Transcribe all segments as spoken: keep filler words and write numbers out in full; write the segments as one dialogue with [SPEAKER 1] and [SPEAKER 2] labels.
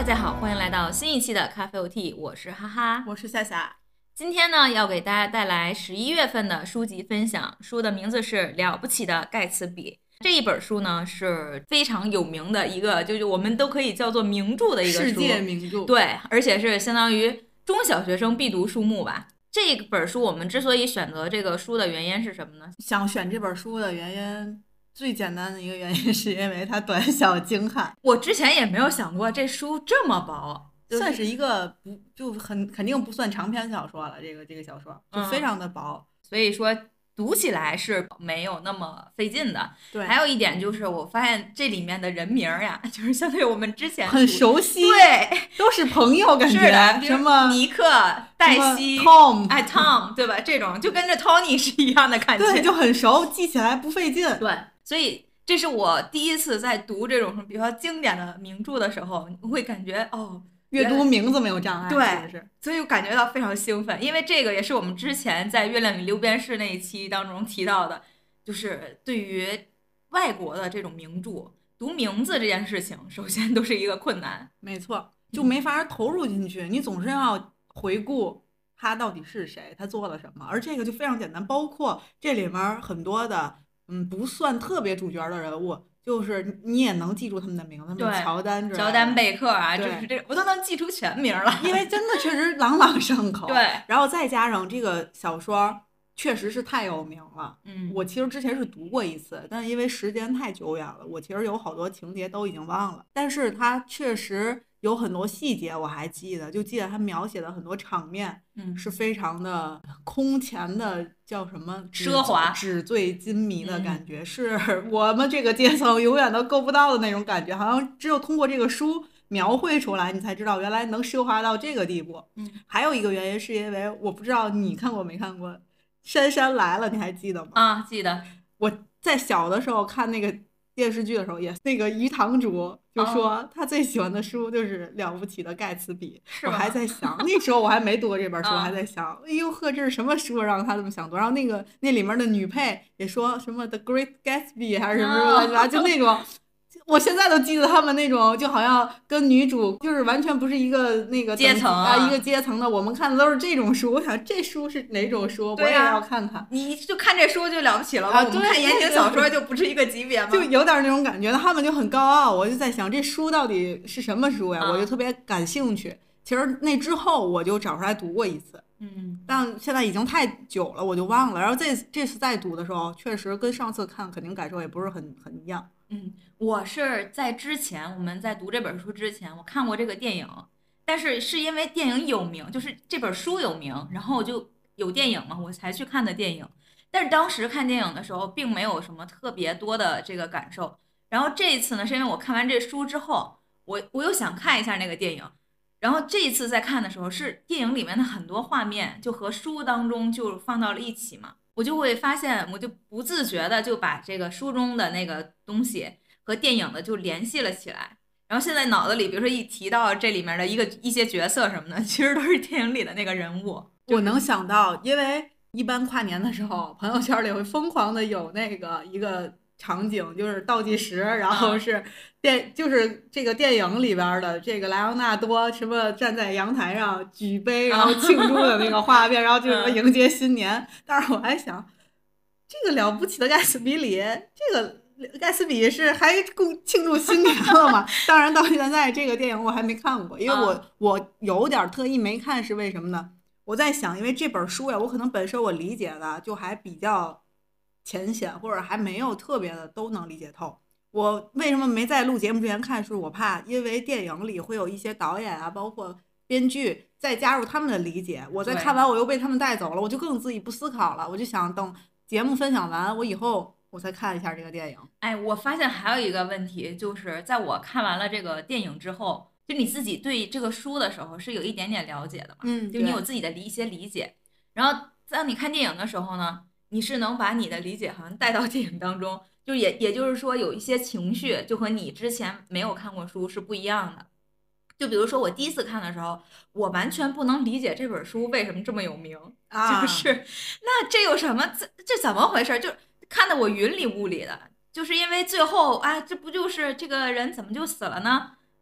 [SPEAKER 1] 家好，欢迎来到新一期的咖啡 O T， 我是哈哈，
[SPEAKER 2] 我是夏夏。
[SPEAKER 1] 今天呢，要给大家带来十一月份的书籍分享，书的名字是《了不起的盖茨比》。这一本书呢是非常有名的一个，就是我们都可以叫做名著的一个书，
[SPEAKER 2] 世界名著。
[SPEAKER 1] 对，而且是相当于中小学生必读书目吧。这本书我们之所以选择这个书的原因是什么呢？
[SPEAKER 2] 想选这本书的原因，最简单的一个原因是因为它短小精悍。
[SPEAKER 1] 我之前也没有想过这书这么薄，就是、
[SPEAKER 2] 算是一个不就很肯定不算长篇小说了，这个这个小说就非常的薄、
[SPEAKER 1] 嗯，所以说读起来是没有那么费劲的。
[SPEAKER 2] 对，
[SPEAKER 1] 还有一点就是我发现这里面的人名呀，就是相对我们之前
[SPEAKER 2] 很熟悉，
[SPEAKER 1] 对，
[SPEAKER 2] 都是朋友感觉。
[SPEAKER 1] 是的，
[SPEAKER 2] 什么
[SPEAKER 1] 尼克、黛西、
[SPEAKER 2] Tom，
[SPEAKER 1] 哎 Tom， 对吧？这种就跟这 Tony 是一样的感觉，
[SPEAKER 2] 对，就很熟，记起来不费劲。
[SPEAKER 1] 对，所以这是我第一次在读这种比较经典的名著的时候，你会感觉哦。
[SPEAKER 2] 阅读名字没有障碍，
[SPEAKER 1] 对，
[SPEAKER 2] 是
[SPEAKER 1] 所以我感觉到非常兴奋，因为这个也是我们之前在《月亮与六便士》那一期当中提到的，就是对于外国的这种名著，读名字这件事情，首先都是一个困难。
[SPEAKER 2] 没错，就没法投入进去，你总是要回顾他到底是谁，他做了什么，而这个就非常简单，包括这里面很多的，嗯，不算特别主角的人物。就是你也能记住他们的名字，
[SPEAKER 1] 对，
[SPEAKER 2] 乔丹、
[SPEAKER 1] 乔丹贝克啊，
[SPEAKER 2] 就是
[SPEAKER 1] 这，我都能记出全名了，
[SPEAKER 2] 因为真的确实朗朗上口。
[SPEAKER 1] 对，
[SPEAKER 2] 然后再加上这个小说确实是太有名了。
[SPEAKER 1] 嗯，
[SPEAKER 2] 我其实之前是读过一次，但是因为时间太久远了，我其实有好多情节都已经忘了。但是它确实有很多细节我还记得，就记得他描写的很多场面，
[SPEAKER 1] 嗯，
[SPEAKER 2] 是非常的空前的，叫什么
[SPEAKER 1] 奢华、
[SPEAKER 2] 纸醉金迷的感觉、嗯，是我们这个阶层永远都够不到的那种感觉，好像只有通过这个书描绘出来，你才知道原来能奢华到这个地步。
[SPEAKER 1] 嗯，
[SPEAKER 2] 还有一个原因是因为我不知道你看过没看过《姗姗来了》，你还记得吗？
[SPEAKER 1] 啊，记得。
[SPEAKER 2] 我在小的时候看那个电视剧的时候，也那个于堂主就说他最喜欢的书就是《了不起的盖茨比》，我还在想，那时候我还没读过这本书，还在想，哎呦呵，这是什么书让他这么想读？然后那个那里面的女配也说什么 The Great Gatsby 还是什么什么，就那种。我现在都记得他们那种，就好像跟女主就是完全不是一个那个
[SPEAKER 1] 阶层
[SPEAKER 2] 啊，一个阶层的。我们看的都是这种书，我想这书是哪种书，我也要看看。
[SPEAKER 1] 你就看这书就了不起了
[SPEAKER 2] 啊！
[SPEAKER 1] 我们看言情小说就不是一个级别吗？
[SPEAKER 2] 就有点那种感觉，他们就很高傲。我就在想，这书到底是什么书呀？
[SPEAKER 1] 啊、
[SPEAKER 2] 我就特别感兴趣。其实那之后我就找出来读过一次，
[SPEAKER 1] 嗯，
[SPEAKER 2] 但现在已经太久了，我就忘了。然后这这次再读的时候，确实跟上次看肯定感受也不是很很一样。
[SPEAKER 1] 嗯，我是在之前我们在读这本书之前，我看过这个电影，但是是因为电影有名，就是这本书有名，然后我就有电影嘛，我才去看的电影。但是当时看电影的时候，并没有什么特别多的这个感受。然后这一次呢，是因为我看完这书之后，我我又想看一下那个电影，然后这一次在看的时候，是电影里面的很多画面就和书当中就放到了一起嘛。我就会发现，我就不自觉的就把这个书中的那个东西和电影的就联系了起来。然后现在脑子里，比如说一提到这里面的一个一些角色什么的，其实都是电影里的那个人物。
[SPEAKER 2] 我能想到，因为一般跨年的时候，朋友圈里会疯狂的有那个一个场景，就是倒计时，然后是电，就是这个电影里边的这个莱昂纳多什么站在阳台上举杯，然后庆祝的那个画面，然后就什么迎接新年。但是我还想，这个了不起的盖茨比里，这个盖茨比是还庆祝新年了吗？当然到现在这个电影我还没看过，因为我我有点特意没看，是为什么呢？我在想，因为这本书呀，我可能本身我理解的就还比较浅显，或者还没有特别的都能理解透。我为什么没在录节目之前看书？我怕因为电影里会有一些导演啊，包括编剧再加入他们的理解，我在看完我又被他们带走了，我就更自己不思考了。我就想等节目分享完，我以后我再看一下这个电影。
[SPEAKER 1] 哎，我发现还有一个问题，就是在我看完了这个电影之后，就你自己对这个书的时候是有一点点了解的嘛？
[SPEAKER 2] 嗯，
[SPEAKER 1] 就你有自己的一些理解。然后当你看电影的时候呢，你是能把你的理解好像带到电影当中，就也也就是说有一些情绪就和你之前没有看过书是不一样的。就比如说我第一次看的时候，我完全不能理解这本书为什么这么有名，
[SPEAKER 2] 啊、
[SPEAKER 1] 就是那这有什么这这怎么回事？就看得我云里雾里的。就是因为最后啊，这不就是这个人怎么就死了呢？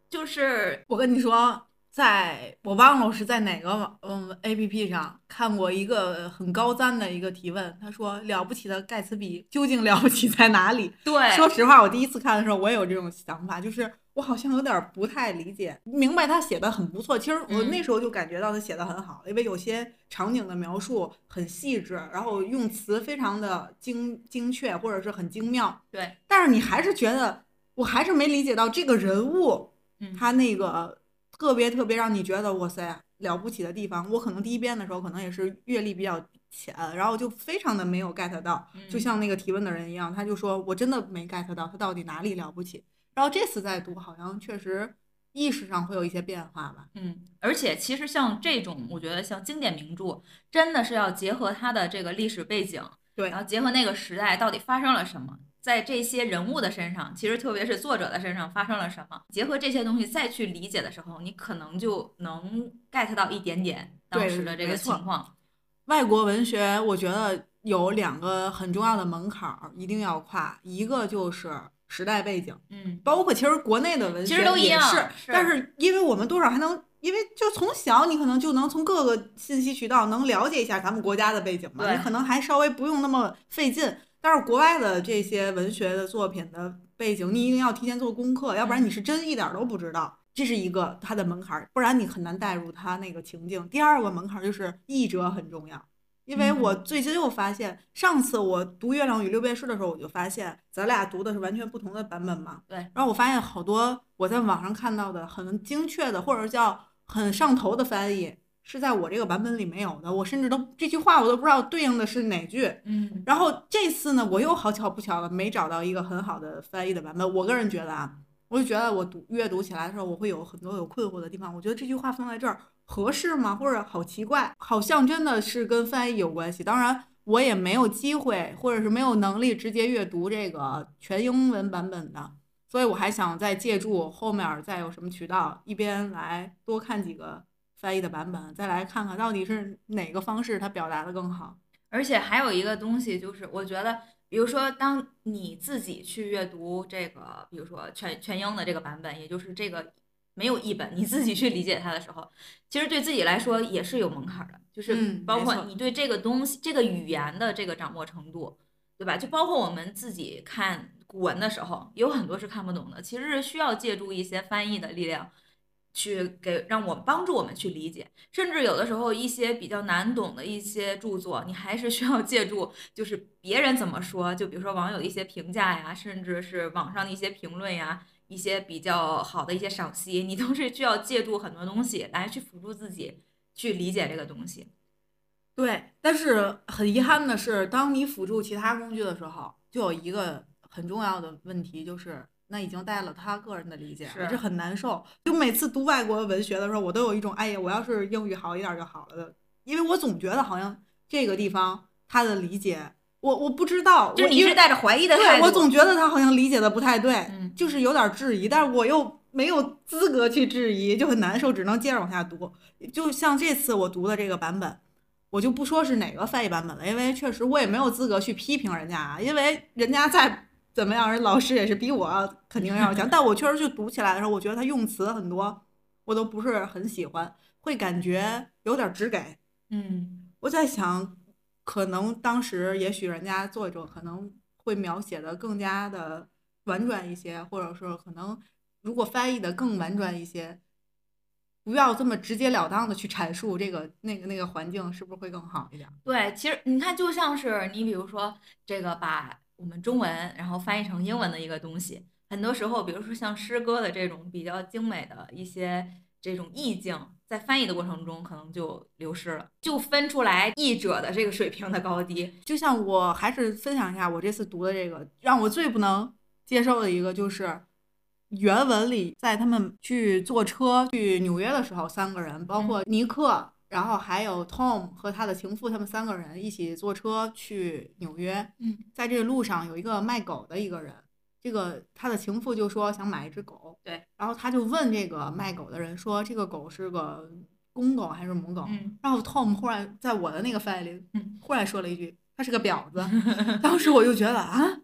[SPEAKER 1] 就是
[SPEAKER 2] 我跟你说，在我忘了我是在哪个网嗯 A P P 上看过一个很高赞的一个提问，他说了不起的盖茨比究竟了不起在哪里？
[SPEAKER 1] 对，
[SPEAKER 2] 说实话，我第一次看的时候，我也有这种想法，就是我好像有点不太理解，明白他写的很不错。其实我那时候就感觉到他写的很好，因为有些场景的描述很细致，然后用词非常的精精确或者是很精妙。
[SPEAKER 1] 对，
[SPEAKER 2] 但是你还是觉得，我还是没理解到这个人物。
[SPEAKER 1] 嗯，
[SPEAKER 2] 他那个特别特别让你觉得哇塞了不起的地方，我可能第一遍的时候可能也是阅历比较浅，然后就非常的没有 get 到，就像那个提问的人一样，他就说我真的没 get 到他到底哪里了不起。然后这次再读，好像确实意识上会有一些变化吧。
[SPEAKER 1] 嗯，而且其实像这种，我觉得像经典名著，真的是要结合它的这个历史背景，
[SPEAKER 2] 对
[SPEAKER 1] 然后结合那个时代到底发生了什么，在这些人物的身上，其实特别是作者的身上发生了什么，结合这些东西再去理解的时候，你可能就能 get 到一点点当时的这个情况。
[SPEAKER 2] 外国文学我觉得有两个很重要的门槛儿一定要跨，一个就是时代背景，
[SPEAKER 1] 嗯，
[SPEAKER 2] 包括其实国内的文学
[SPEAKER 1] 其实都一样，
[SPEAKER 2] 是，
[SPEAKER 1] 是
[SPEAKER 2] 但是因为我们多少还能，因为就从小你可能就能从各个信息渠道能了解一下咱们国家的背景嘛，你可能还稍微不用那么费劲。但是国外的这些文学的作品的背景，你一定要提前做功课，要不然你是真一点都不知道。这是一个它的门槛，不然你很难带入他那个情境。第二个门槛就是译者很重要。因为我最近又发现，上次我读《月亮与六便士》的时候，我就发现咱俩读的是完全不同的版本嘛。
[SPEAKER 1] 对。
[SPEAKER 2] 然后我发现好多我在网上看到的很精确的，或者叫很上头的翻译，是在我这个版本里没有的。我甚至都这句话我都不知道对应的是哪句。
[SPEAKER 1] 嗯。
[SPEAKER 2] 然后这次呢，我又好巧不巧的没找到一个很好的翻译的版本。我个人觉得啊，我就觉得我读阅读起来的时候，我会有很多有困惑的地方。我觉得这句话放在这儿合适吗？或者好奇怪，好像真的是跟翻译有关系。当然，我也没有机会，或者是没有能力直接阅读这个全英文版本的，所以我还想再借助后面再有什么渠道，一边来多看几个翻译的版本，再来看看到底是哪个方式它表达的更好。
[SPEAKER 1] 而且还有一个东西就是，我觉得，比如说，当你自己去阅读这个，比如说全全英的这个版本，也就是这个。没有译本，你自己去理解它的时候，其实对自己来说也是有门槛的，就是包括你对这个东西、这个语言的这个掌握程度，对吧？就包括我们自己看古文的时候，有很多是看不懂的，其实是需要借助一些翻译的力量，去给让我们帮助我们去理解。甚至有的时候一些比较难懂的一些著作，你还是需要借助，就是别人怎么说，就比如说网友一些评价呀，甚至是网上的一些评论呀。一些比较好的一些赏析，你都是需要借助很多东西来去辅助自己去理解这个东西。
[SPEAKER 2] 对，但是很遗憾的是，当你辅助其他工具的时候，就有一个很重要的问题，就是那已经带了他个人的理解了，这很难受。就每次读外国文学的时候，我都有一种哎呀，我要是英语好一点就好了的，因为我总觉得好像这个地方他的理解。我我不知道，
[SPEAKER 1] 就你是带着怀疑的
[SPEAKER 2] 态度，对，我总觉得他好像理解的不太对，
[SPEAKER 1] 嗯，
[SPEAKER 2] 就是有点质疑，但是我又没有资格去质疑，就很难受，只能接着往下读。就像这次我读的这个版本，我就不说是哪个翻译版本了，因为确实我也没有资格去批评人家啊，因为人家再怎么样，人老师也是比我肯定要强，但我确实就读起来的时候，我觉得他用词很多我都不是很喜欢，会感觉有点直给。
[SPEAKER 1] 嗯，
[SPEAKER 2] 我在想。可能当时也许人家作者可能会描写的更加的婉转一些，或者说可能如果翻译的更婉转一些，不要这么直截了当的去阐述这个那个那个环境，是不是会更好一点？
[SPEAKER 1] 对，其实你看，就像是你比如说这个把我们中文然后翻译成英文的一个东西，很多时候，比如说像诗歌的这种比较精美的一些这种意境。在翻译的过程中，可能就流失了，就分出来译者的这个水平的高低。
[SPEAKER 2] 就像我还是分享一下我这次读的这个，让我最不能接受的一个就是原文里，在他们去坐车去纽约的时候，三个人，包括尼克，嗯、然后还有 Tom 和他的情妇，他们三个人一起坐车去纽约。
[SPEAKER 1] 嗯，
[SPEAKER 2] 在这个路上有一个卖狗的一个人。这个他的情妇就说想买一只狗，
[SPEAKER 1] 对，
[SPEAKER 2] 然后他就问这个卖狗的人说这个狗是个公狗还是母狗？
[SPEAKER 1] 嗯，
[SPEAKER 2] 然后 Tom 忽然在我的那个翻译里，
[SPEAKER 1] 嗯，
[SPEAKER 2] 忽然说了一句他是个婊子。当时我就觉得啊，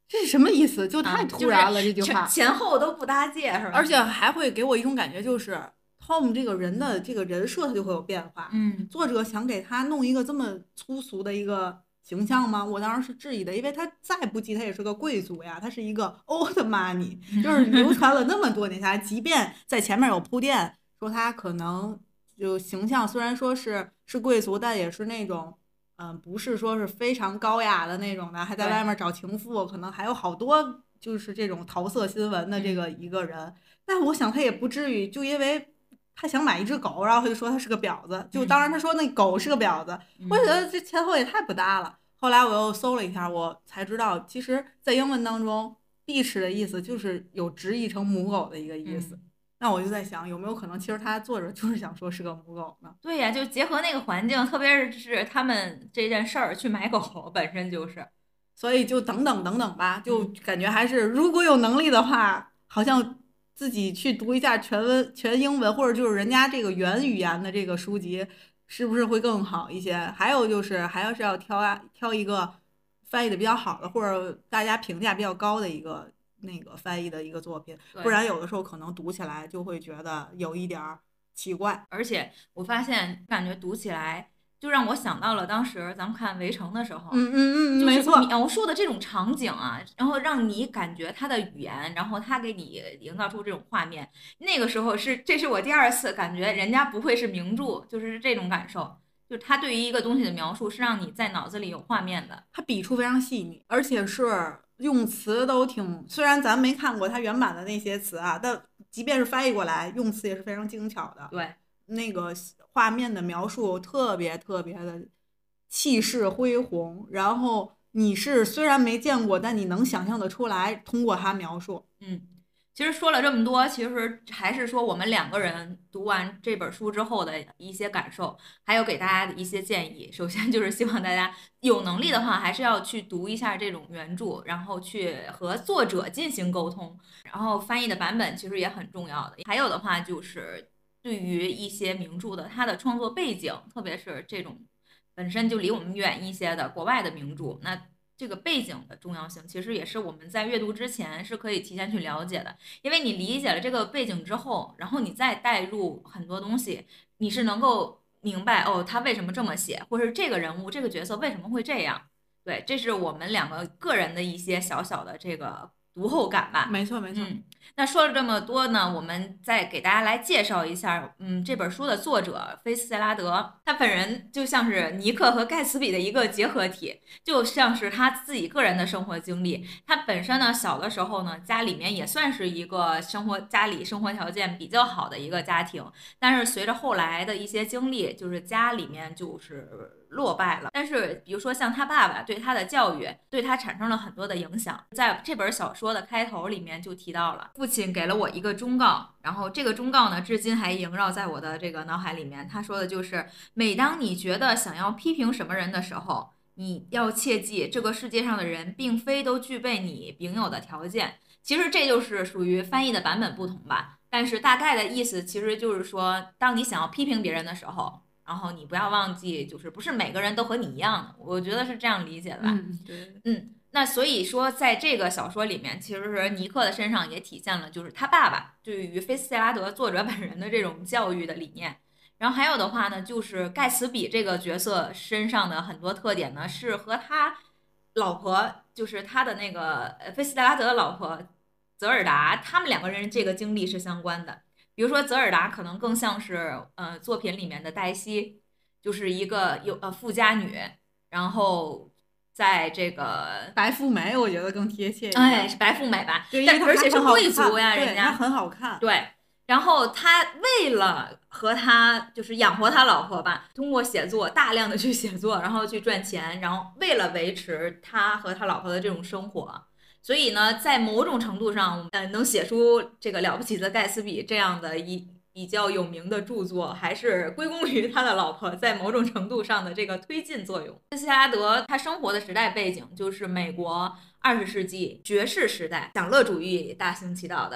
[SPEAKER 2] 这是什么意思？就太
[SPEAKER 1] 啊
[SPEAKER 2] 突然了、
[SPEAKER 1] 就是
[SPEAKER 2] 这句话，
[SPEAKER 1] 前后都不搭界是吧？
[SPEAKER 2] 而且还会给我一种感觉，就是 Tom 这个人的这个人设他就会有变化。
[SPEAKER 1] 嗯，
[SPEAKER 2] 作者想给他弄一个这么粗俗的一个形象吗？我当时是质疑的，因为他再不济他也是个贵族呀，他是一个 old money，就是流传了那么多年下来，即便在前面有铺垫，说他可能就形象虽然说是是贵族，但也是那种。嗯，不是说是非常高雅的那种的，还在外面找情妇，可能还有好多就是这种桃色新闻的这个一个人。嗯、但我想他也不至于，就因为他想买一只狗，然后他就说他是个婊子。就当然他说那狗是个婊子，
[SPEAKER 1] 嗯、
[SPEAKER 2] 我觉得这前后也太不搭了。后来我又搜了一下，我才知道，其实在英文当中 ，bitch 的意思就是有直译成母狗的一个意思。
[SPEAKER 1] 嗯
[SPEAKER 2] 那我就在想，有没有可能，其实他作者就是想说是个母狗呢？
[SPEAKER 1] 对呀，就结合那个环境，特别是他们这件事儿去买狗，本身就是，
[SPEAKER 2] 所以就等等等等吧，就感觉还是如果有能力的话，好像自己去读一下全文全英文，或者就是人家这个原语言的这个书籍，是不是会更好一些？还有就是还要是要挑啊挑一个翻译的比较好的，或者大家评价比较高的一个。那个翻译的一个作品，不然有的时候可能读起来就会觉得有一点儿奇怪。
[SPEAKER 1] 而且我发现，感觉读起来就让我想到了当时咱们看《围城》的时候，
[SPEAKER 2] 嗯嗯
[SPEAKER 1] 嗯，
[SPEAKER 2] 没错，
[SPEAKER 1] 描述的这种场景啊，然后让你感觉他的语言，然后他给你营造出这种画面。那个时候是，这是我第二次感觉人家不会是名著，就是这种感受。就他对于一个东西的描述是让你在脑子里有画面的，
[SPEAKER 2] 他笔触非常细腻，而且是。用词都挺，虽然咱没看过他原版的那些词啊，但即便是翻译过来，用词也是非常精巧的。
[SPEAKER 1] 对，
[SPEAKER 2] 那个画面的描述特别特别的气势恢宏，然后你是虽然没见过，但你能想象得出来，通过他描述。
[SPEAKER 1] 嗯。其实说了这么多，其实还是说我们两个人读完这本书之后的一些感受，还有给大家的一些建议。首先就是希望大家有能力的话，还是要去读一下这种原著，然后去和作者进行沟通。然后翻译的版本其实也很重要的。还有的话就是对于一些名著的它的创作背景，特别是这种本身就离我们远一些的国外的名著，那。这个背景的重要性，其实也是我们在阅读之前是可以提前去了解的，因为你理解了这个背景之后，然后你再带入很多东西，你是能够明白哦，他为什么这么写，或者是这个人物、这个角色为什么会这样。对，这是我们两个个人的一些小小的这个读后感吧。
[SPEAKER 2] 没错，没错。
[SPEAKER 1] 嗯，那说了这么多呢，我们再给大家来介绍一下，嗯，这本书的作者菲斯杰拉德，他本人就像是尼克和盖茨比的一个结合体，就像是他自己个人的生活经历。他本身呢，小的时候呢，家里面也算是一个生活家里生活条件比较好的一个家庭，但是随着后来的一些经历，就是家里面就是落败了。但是比如说像他爸爸对他的教育，对他产生了很多的影响。在这本小说的开头里面就提到了，父亲给了我一个忠告，然后这个忠告呢，至今还萦绕在我的这个脑海里面。他说的就是，每当你觉得想要批评什么人的时候，你要切记，这个世界上的人并非都具备你秉有的条件。其实这就是属于翻译的版本不同吧，但是大概的意思其实就是说，当你想要批评别人的时候，然后你不要忘记，就是不是每个人都和你一样的，我觉得是这样理解的吧。
[SPEAKER 2] 嗯，对，
[SPEAKER 1] 嗯，那所以说，在这个小说里面，其实是尼克的身上也体现了，就是他爸爸对于菲斯杰拉德作者本人的这种教育的理念。然后还有的话呢，就是盖茨比这个角色身上的很多特点呢，是和他老婆，就是他的那个呃菲斯杰拉德的老婆泽尔达，他们两个人这个经历是相关的。比如说泽尔达可能更像是呃作品里面的黛西，就是一个有呃富家女，然后在这个
[SPEAKER 2] 白富美，我觉得更贴切一点。
[SPEAKER 1] 哎，是白富美吧？
[SPEAKER 2] 对，
[SPEAKER 1] 但而且是贵族呀，
[SPEAKER 2] 人
[SPEAKER 1] 家
[SPEAKER 2] 很好看。
[SPEAKER 1] 对，然后他为了和他就是养活他老婆吧，通过写作大量的去写作，然后去赚钱，然后为了维持他和他老婆的这种生活。所以呢，在某种程度上，呃，能写出这个了不起的盖茨比这样的一比较有名的著作，还是归功于他的老婆在某种程度上的这个推进作用。菲斯杰拉德他生活的时代背景就是美国二十世纪爵士时代享乐主义大行其道的时候，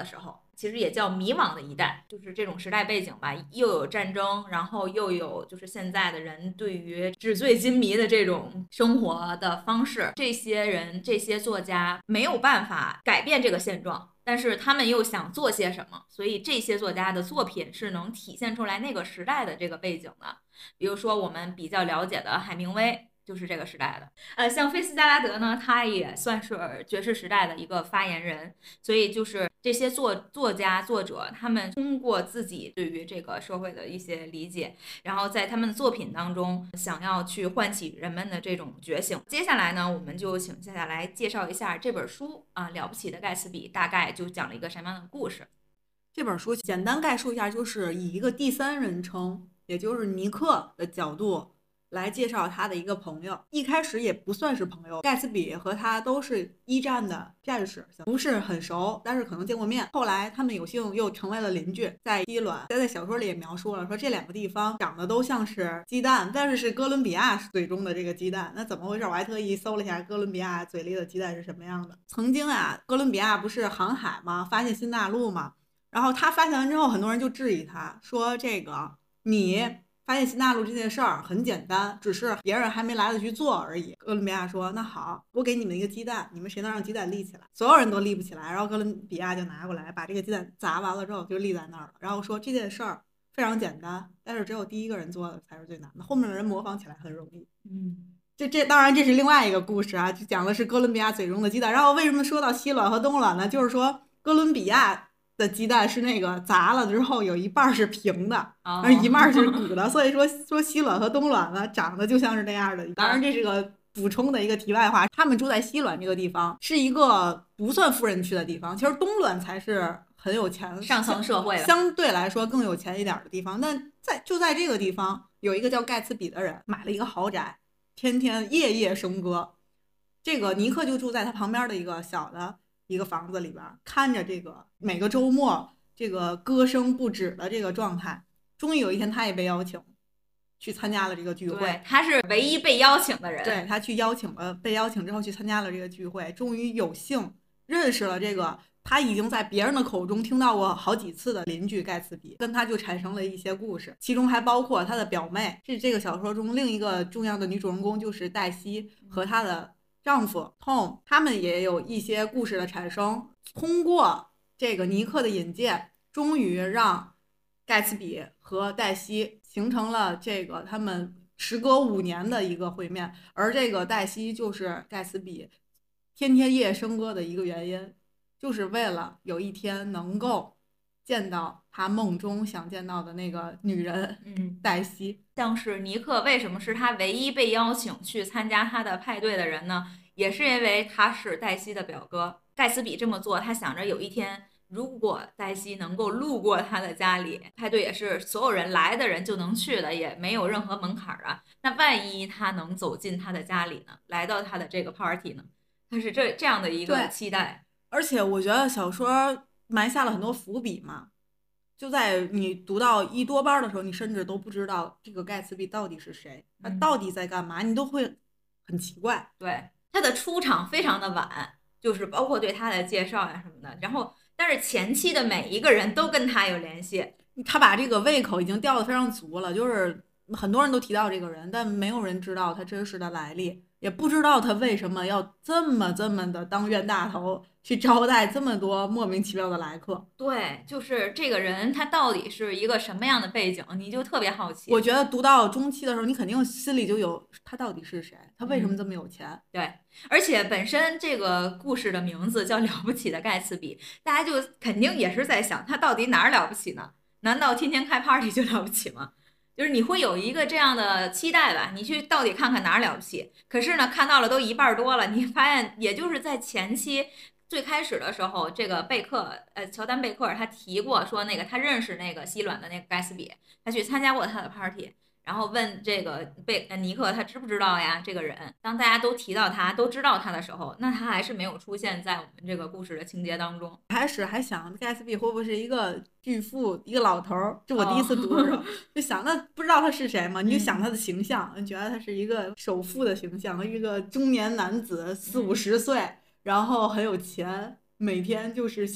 [SPEAKER 1] 其实也叫迷惘的一代，就是这种时代背景吧，又有战争，然后又有就是现在的人对于纸醉金迷的这种生活的方式，这些人这些作家没有办法改变这个现状，但是他们又想做些什么，所以这些作家的作品是能体现出来那个时代的这个背景的。比如说我们比较了解的海明威就是这个时代的，呃，像菲斯加拉德呢，他也算是爵士时代的一个发言人，所以就是这些作作家作者，他们通过自己对于这个社会的一些理解，然后在他们的作品当中想要去唤起人们的这种觉醒。接下来呢，我们就请夏夏来介绍一下这本书啊，《了不起的盖茨比》大概就讲了一个什么样的故事。
[SPEAKER 2] 这本书简单概述一下，就是以一个第三人称，也就是尼克的角度来介绍他的一个朋友。一开始也不算是朋友，盖茨比和他都是一战的战士，不是很熟，但是可能见过面。后来他们有幸又成为了邻居，在西卵，在小说里也描述了，说这两个地方长得都像是鸡蛋，但是是哥伦比亚嘴中的这个鸡蛋。那怎么回事？我还特意搜了一下哥伦比亚嘴里的鸡蛋是什么样的。曾经啊，哥伦比亚不是航海吗？发现新大陆吗？然后他发现完之后，很多人就质疑他说，这个你发现新大陆这件事儿很简单，只是别人还没来得及做而已。哥伦比亚说，那好，我给你们一个鸡蛋，你们谁能让鸡蛋立起来？所有人都立不起来，然后哥伦比亚就拿过来把这个鸡蛋砸完了之后就立在那儿了，然后说这件事儿非常简单，但是只有第一个人做的才是最难的，后面的人模仿起来很容易。
[SPEAKER 1] 嗯，
[SPEAKER 2] 这这当然这是另外一个故事啊，就讲的是哥伦比亚嘴中的鸡蛋。然后为什么说到西卵和东卵呢？就是说哥伦比亚的鸡蛋是那个砸了之后有一半是平的，而一半是鼓的，所以说说西卵和东卵呢长得就像是那样的。当然这是个补充的一个题外话。他们住在西卵这个地方，是一个不算富人区的地方，其实东卵才是很有钱
[SPEAKER 1] 上层社会
[SPEAKER 2] 相对来说更有钱一点的地方。但在就在这个地方有一个叫盖茨比的人买了一个豪宅，天天夜夜笙歌。这个尼克就住在他旁边的一个小的一个房子里边，看着这个每个周末这个歌声不止的这个状态。终于有一天他也被邀请去参加了这个聚会，
[SPEAKER 1] 他是唯一被邀请的人。
[SPEAKER 2] 对，他去邀请了，被邀请之后去参加了这个聚会，终于有幸认识了这个他已经在别人的口中听到过好几次的邻居盖茨比，跟他就产生了一些故事，其中还包括他的表妹，是这个小说中另一个重要的女主人公，就是黛西和她的丈夫 Tom， 他们也有一些故事的产生。通过这个尼克的引荐，终于让盖茨比和黛西形成了这个他们时隔五年的一个会面，而这个黛西就是盖茨比天天夜笙歌的一个原因，就是为了有一天能够见到他梦中想见到的那个女人，
[SPEAKER 1] 嗯，
[SPEAKER 2] 黛西。
[SPEAKER 1] 像是尼克为什么是他唯一被邀请去参加他的派对的人呢？也是因为他是黛西的表哥。盖茨比这么做，他想着有一天如果黛西能够路过他的家里，派对也是所有人来的人就能去的，也没有任何门槛啊。那万一他能走进他的家里呢，来到他的这个 party 呢？他是这这样的一个期待。
[SPEAKER 2] 而且我觉得小说埋下了很多伏笔嘛，就在你读到一多半的时候，你甚至都不知道这个盖茨比到底是谁，他到底在干嘛，你都会很奇怪。
[SPEAKER 1] 对，他的出场非常的晚，就是包括对他的介绍呀什么的，然后但是前期的每一个人都跟他有联系，
[SPEAKER 2] 他把这个胃口已经吊得非常足了，就是很多人都提到这个人，但没有人知道他真实的来历，也不知道他为什么要这么这么的当冤大头，去招待这么多莫名其妙的来客。
[SPEAKER 1] 对，就是这个人他到底是一个什么样的背景，你就特别好奇。
[SPEAKER 2] 我觉得读到中期的时候，你肯定心里就有他到底是谁，他为什么这么有钱。
[SPEAKER 1] 嗯、对，而且本身这个故事的名字叫《了不起的盖茨比》，大家就肯定也是在想他到底哪儿了不起呢？难道天天开 party 就了不起吗？就是你会有一个这样的期待吧，你去到底看看哪儿了不起。可是呢，看到了都一半多了，你发现也就是在前期最开始的时候，这个贝克，呃，乔丹贝克尔他提过说，那个他认识那个西卵的那个盖茨比，他去参加过他的 party。然后问这个贝尼克他知不知道呀？这个人，当大家都提到他，都知道他的时候，那他还是没有出现在我们这个故事的情节当中。
[SPEAKER 2] 开始还想盖茨比会不会是一个巨富，一个老头儿？就我第一次读的时候，哦、就想那不知道他是谁嘛，你就想他的形象，你、嗯、觉得他是一个首富的形象，一个中年男子，四五十岁，嗯、然后很有钱，每天就是想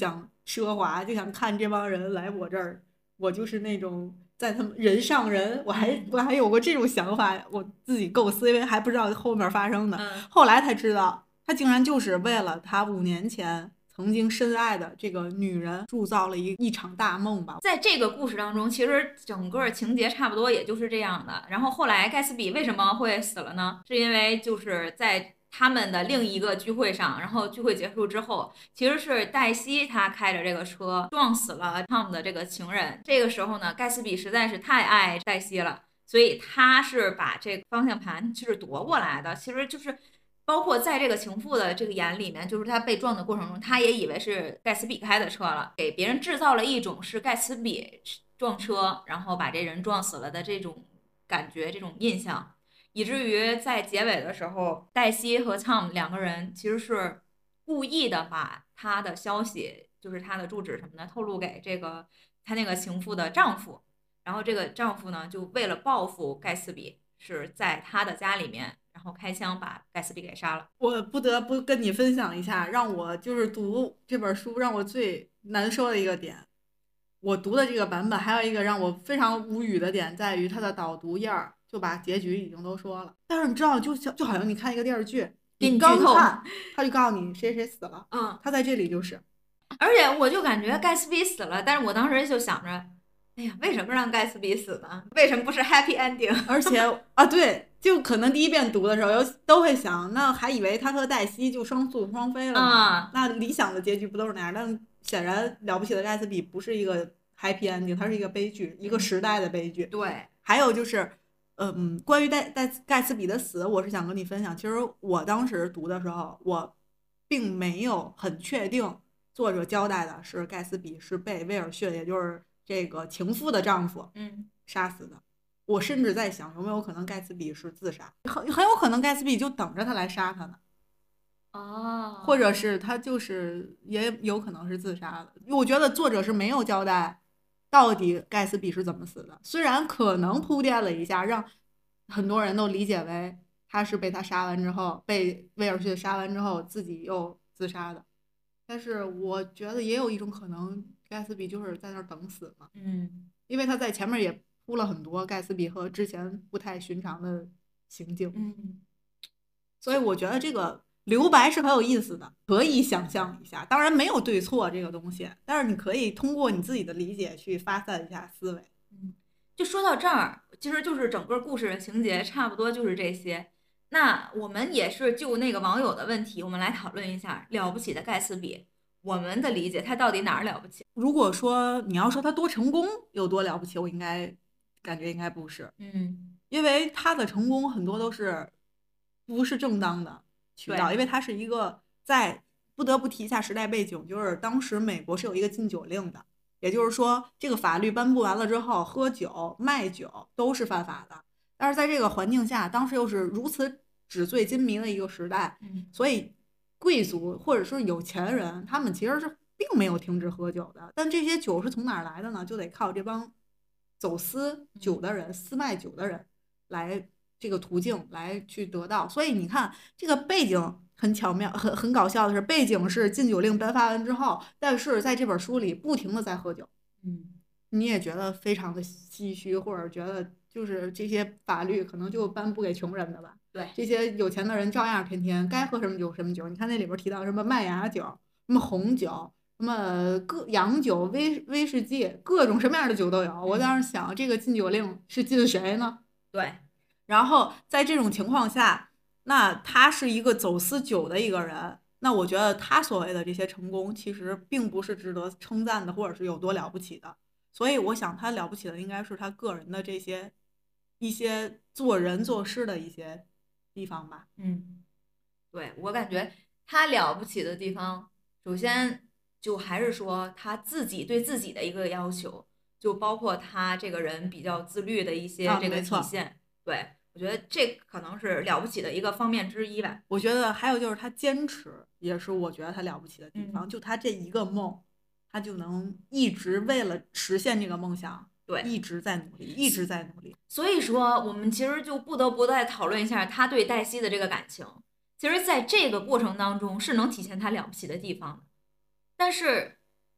[SPEAKER 2] 奢华，就想看这帮人来我这儿，我就是那种在他们人上人，我还我还有过这种想法，我自己构思，因为还不知道后面发生的，
[SPEAKER 1] 嗯，
[SPEAKER 2] 后来才知道，他竟然就是为了他五年前曾经深爱的这个女人铸造了一一场大梦吧。
[SPEAKER 1] 在这个故事当中，其实整个情节差不多也就是这样的。然后后来盖茨比为什么会死了呢？是因为就是在他们的另一个聚会上，然后聚会结束之后，其实是黛西她开着这个车撞死了 Tom 的这个情人。这个时候呢，盖茨比实在是太爱黛西了，所以他是把这个方向盘就是夺过来的。其实就是包括在这个情妇的这个眼里面，就是他被撞的过程中，他也以为是盖茨比开的车了，给别人制造了一种是盖茨比撞车，然后把这人撞死了的这种感觉、这种印象，以至于在结尾的时候，黛西和 Tom 两个人其实是故意的把他的消息，就是他的住址什么的透露给这个他那个情妇的丈夫，然后这个丈夫呢，就为了报复盖茨比，是在他的家里面。然后开枪把盖茨比给杀了。
[SPEAKER 2] 我不得不跟你分享一下，让我就是读这本书让我最难受的一个点。我读的这个版本还有一个让我非常无语的点，在于它的导读页儿就把结局已经都说了。但是你知道，就像就好像你看一个电视剧，你刚看他就告诉你谁谁死了，
[SPEAKER 1] 嗯，
[SPEAKER 2] 他在这里就是。
[SPEAKER 1] 而且我就感觉盖茨比死了，但是我当时就想着，哎呀，为什么让盖茨比死呢？为什么不是 happy ending？
[SPEAKER 2] 而且啊，对，就可能第一遍读的时候，有都会想，那还以为他和黛西就双宿双飞了嘛？
[SPEAKER 1] 嗯，
[SPEAKER 2] 那理想的结局不都是那样？但显然了不起的盖茨比不是一个 happy ending，它是一个悲剧，一个时代的悲剧。
[SPEAKER 1] 对，
[SPEAKER 2] 还有就是，嗯，关于戴戴盖茨比的死，我是想跟你分享。其实我当时读的时候，我并没有很确定作者交代的是盖茨比是被威尔逊，也就是这个情妇的丈夫，
[SPEAKER 1] 嗯，
[SPEAKER 2] 杀死的。我甚至在想，有没有可能盖茨比是自杀？很很有可能盖茨比就等着他来杀他呢。
[SPEAKER 1] 哦，
[SPEAKER 2] 或者是他就是也有可能是自杀的。我觉得作者是没有交代到底盖茨比是怎么死的，虽然可能铺垫了一下，让很多人都理解为他是被他杀完之后，被威尔逊杀完之后自己又自杀的，但是我觉得也有一种可能，盖茨比就是在那儿等死嘛。
[SPEAKER 1] 嗯，
[SPEAKER 2] 因为他在前面也铺了很多盖茨比和之前不太寻常的行径，
[SPEAKER 1] 嗯，
[SPEAKER 2] 所以我觉得这个留白是很有意思的，可以想象一下。当然没有对错这个东西，但是你可以通过你自己的理解去发散一下思维。
[SPEAKER 1] 嗯，就说到这儿，其实就是整个故事的情节差不多就是这些。那我们也是就那个网友的问题，我们来讨论一下了不起的盖茨比，我们的理解他到底哪儿了不起？
[SPEAKER 2] 如果说你要说他多成功有多了不起，我应该感觉应该不是，
[SPEAKER 1] 嗯，
[SPEAKER 2] 因为他的成功很多都是不是正当的渠道，因为他是一个在不得不提一下时代背景，就是当时美国是有一个禁酒令的，也就是说这个法律颁布完了之后，喝酒卖酒都是犯法的。但是在这个环境下，当时又是如此纸醉金迷的一个时代，
[SPEAKER 1] 嗯，
[SPEAKER 2] 所以贵族或者说有钱人，他们其实是并没有停止喝酒的。但这些酒是从哪儿来的呢？就得靠这帮走私酒的人、私卖酒的人来这个途径来去得到。所以你看，这个背景很巧妙，很很搞笑的是，背景是禁酒令颁发完之后，但是在这本书里不停的在喝酒。
[SPEAKER 1] 嗯，
[SPEAKER 2] 你也觉得非常的唏嘘，或者觉得就是这些法律可能就颁布给穷人的吧？
[SPEAKER 1] 对，
[SPEAKER 2] 这些有钱的人照样天天该喝什么酒什么酒。你看那里边提到什么麦芽酒、什么红酒、什么各洋酒、威威士忌，各种什么样的酒都有。我当时想，这个禁酒令是禁谁呢？
[SPEAKER 1] 对，
[SPEAKER 2] 然后在这种情况下，那他是一个走私酒的一个人。那我觉得他所谓的这些成功，其实并不是值得称赞的，或者是有多了不起的。所以我想他了不起的应该是他个人的这些一些做人做事的一些地方吧。
[SPEAKER 1] 嗯，对，我感觉他了不起的地方，首先就还是说他自己对自己的一个要求，就包括他这个人比较自律的一些
[SPEAKER 2] 啊，
[SPEAKER 1] 这个
[SPEAKER 2] 没错。
[SPEAKER 1] 体现。对，我觉得这可能是了不起的一个方面之一吧。
[SPEAKER 2] 我觉得还有就是他坚持，也是我觉得他了不起的地方。
[SPEAKER 1] 嗯，
[SPEAKER 2] 就他这一个梦，他就能一直为了实现这个梦想，
[SPEAKER 1] 对，
[SPEAKER 2] 一直在努力，一直在努力。
[SPEAKER 1] 所以说，我们其实就不得不再讨论一下他对黛西的这个感情。其实，在这个过程当中是能体现他了不起的地方的，但是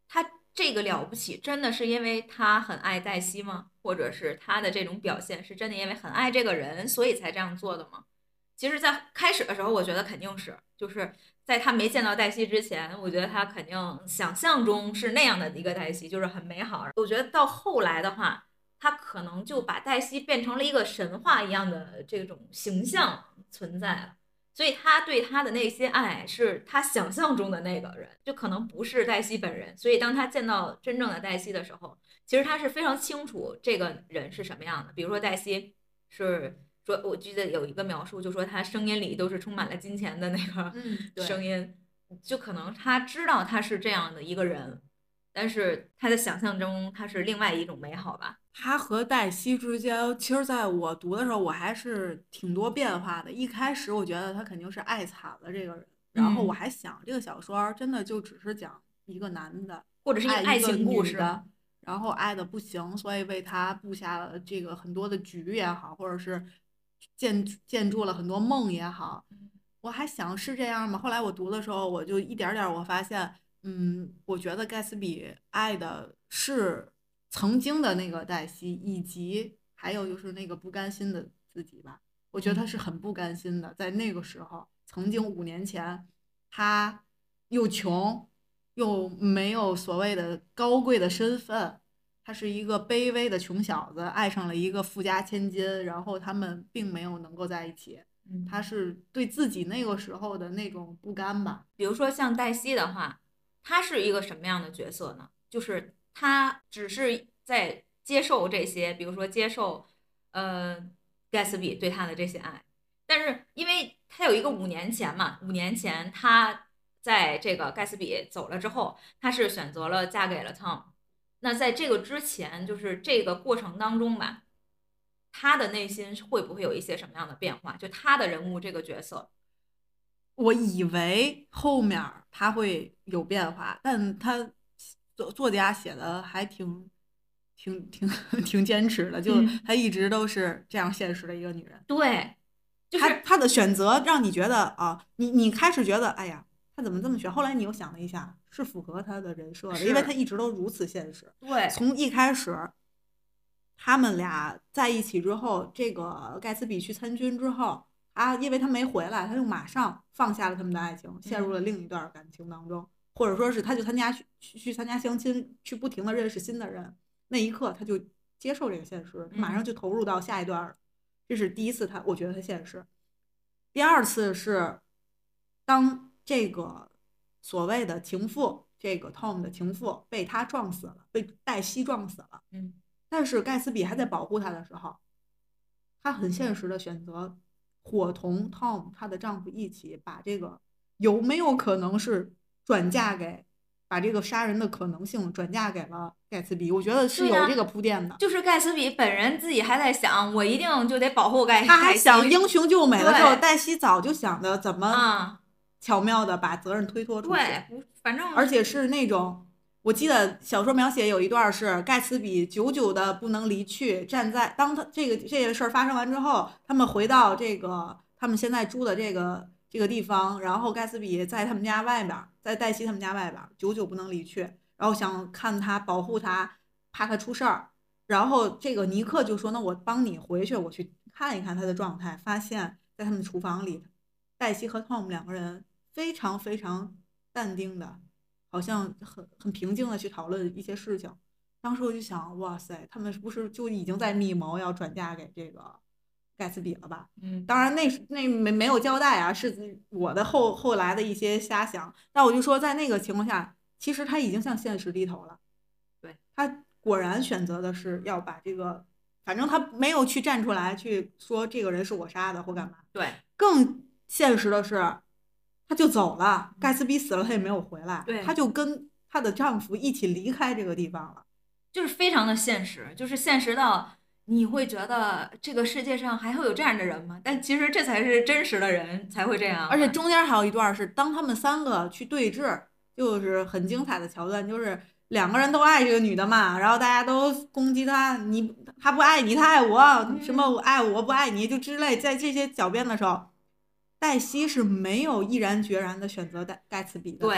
[SPEAKER 1] 他这个了不起，真的是因为他很爱黛西吗？或者是他的这种表现是真的因为很爱这个人，所以才这样做的吗？其实，在开始的时候，我觉得肯定是，就是在他没见到黛西之前，我觉得他肯定想象中是那样的一个黛西，就是很美好。我觉得到后来的话，他可能就把黛西变成了一个神话一样的这种形象存在了。所以他对他的那些爱是他想象中的那个人，就可能不是黛西本人。所以当他见到真正的黛西的时候，其实他是非常清楚这个人是什么样的。比如说黛西是说，我记得有一个描述，就说他声音里都是充满了金钱的那个
[SPEAKER 2] 嗯，对。
[SPEAKER 1] 声音，就可能他知道他是这样的一个人，但是他的想象中他是另外一种美好吧。
[SPEAKER 2] 他和黛西之间，其实在我读的时候，我还是挺多变化的。一开始我觉得他肯定是爱惨了这个人，然后我
[SPEAKER 1] 嗯，
[SPEAKER 2] 还想这个小说真的就只是讲一个男的
[SPEAKER 1] 或者是一个爱
[SPEAKER 2] 爱一个
[SPEAKER 1] 情故事。
[SPEAKER 2] 女的，然后爱的不行，所以为他布下了这个很多的局也好，或者是建建筑了很多梦也好。我还想是这样吗？后来我读的时候，我就一点点我发现，嗯，我觉得盖茨比爱的是曾经的那个黛西，以及还有就是那个不甘心的自己吧。我觉得他是很不甘心的，在那个时候，曾经五年前，他又穷又没有所谓的高贵的身份，他是一个卑微的穷小子，爱上了一个富家千金，然后他们并没有能够在一起。他是对自己那个时候的那种不甘吧。
[SPEAKER 1] 比如说像黛西的话，她是一个什么样的角色呢？就是她只是在接受这些，比如说接受呃盖茨比对她的这些爱，但是因为她有一个五年前嘛，五年前她在这个盖茨比走了之后，她是选择了嫁给了 Tom。那在这个之前，就是这个过程当中吧，她的内心会不会有一些什么样的变化？就她的人物这个角色。
[SPEAKER 2] 我以为后面他会有变化，但他作作家写的还挺挺挺挺坚持的，就
[SPEAKER 1] 嗯，
[SPEAKER 2] 他一直都是这样现实的一个女人。
[SPEAKER 1] 对，就是
[SPEAKER 2] 他他的选择让你觉得啊，你你开始觉得哎呀，他怎么这么选？后来你又想了一下，是符合他的人设的，因为他
[SPEAKER 1] 是，
[SPEAKER 2] 一直都如此现实。
[SPEAKER 1] 对，
[SPEAKER 2] 从一开始他们俩在一起之后，这个盖茨比去参军之后，啊，因为他没回来，他就马上放下了他们的爱情，陷入了另一段感情当中，或者说是他就参加去去参加相亲，去不停的认识新的人，那一刻他就接受这个现实，他马上就投入到下一段了。这是第一次他，我觉得他现实。第二次是当这个所谓的情妇，这个 Tom 的情妇被他撞死了，被黛西撞死了。
[SPEAKER 1] 嗯，
[SPEAKER 2] 但是盖茨比还在保护她的时候，她很现实的选择伙同 Tom 她的丈夫一起把这个有没有可能是转嫁给把这个杀人的可能性转嫁给了盖茨比，我觉得是
[SPEAKER 1] 对呀，
[SPEAKER 2] 有这个铺垫的。
[SPEAKER 1] 就是盖茨比本人自己还在想，我一定就得保护盖
[SPEAKER 2] 他还
[SPEAKER 1] 黛西。
[SPEAKER 2] 想英雄救美的时候，
[SPEAKER 1] 对，
[SPEAKER 2] 黛西早就想着怎么
[SPEAKER 1] 啊，
[SPEAKER 2] 巧妙的把责任推脱出去，
[SPEAKER 1] 对，不，反正
[SPEAKER 2] 而且是那种。我记得小说描写有一段是盖茨比久久的不能离去，站在当他这个这个事儿发生完之后，他们回到这个他们现在住的这个这个地方，然后盖茨比在他们家外边，在黛西他们家外边久久不能离去，然后想看他保护他，怕他出事儿。然后这个尼克就说：“那我帮你回去，我去看一看他的状态。”发现，在他们厨房里，黛西和 Tom 两个人非常非常淡定的。好像很很平静的去讨论一些事情。当时我就想，哇塞，他们是不是就已经在密谋要转嫁给这个盖茨比了吧？
[SPEAKER 1] 嗯，
[SPEAKER 2] 当然那那没没有交代啊，是我的后后来的一些瞎想。但我就说，在那个情况下，其实他已经向现实低头了。
[SPEAKER 1] 对，
[SPEAKER 2] 他果然选择的是要把这个，反正他没有去站出来去说这个人是我杀的或干嘛。
[SPEAKER 1] 对，
[SPEAKER 2] 更现实的是。她就走了，盖茨比死了，她也没有回来，
[SPEAKER 1] 对，
[SPEAKER 2] 她就跟她的丈夫一起离开这个地方了。
[SPEAKER 1] 就是非常的现实，就是现实到你会觉得这个世界上还会有这样的人吗？但其实这才是真实的人才会这样。
[SPEAKER 2] 而且中间还有一段是，当他们三个去对峙，就是很精彩的桥段，就是两个人都爱这个女的嘛，然后大家都攻击她，你她不爱你，她爱我，什么我爱我不爱你，就之类，在这些狡辩的时候。黛西是没有毅然决然的选择盖盖茨比的，她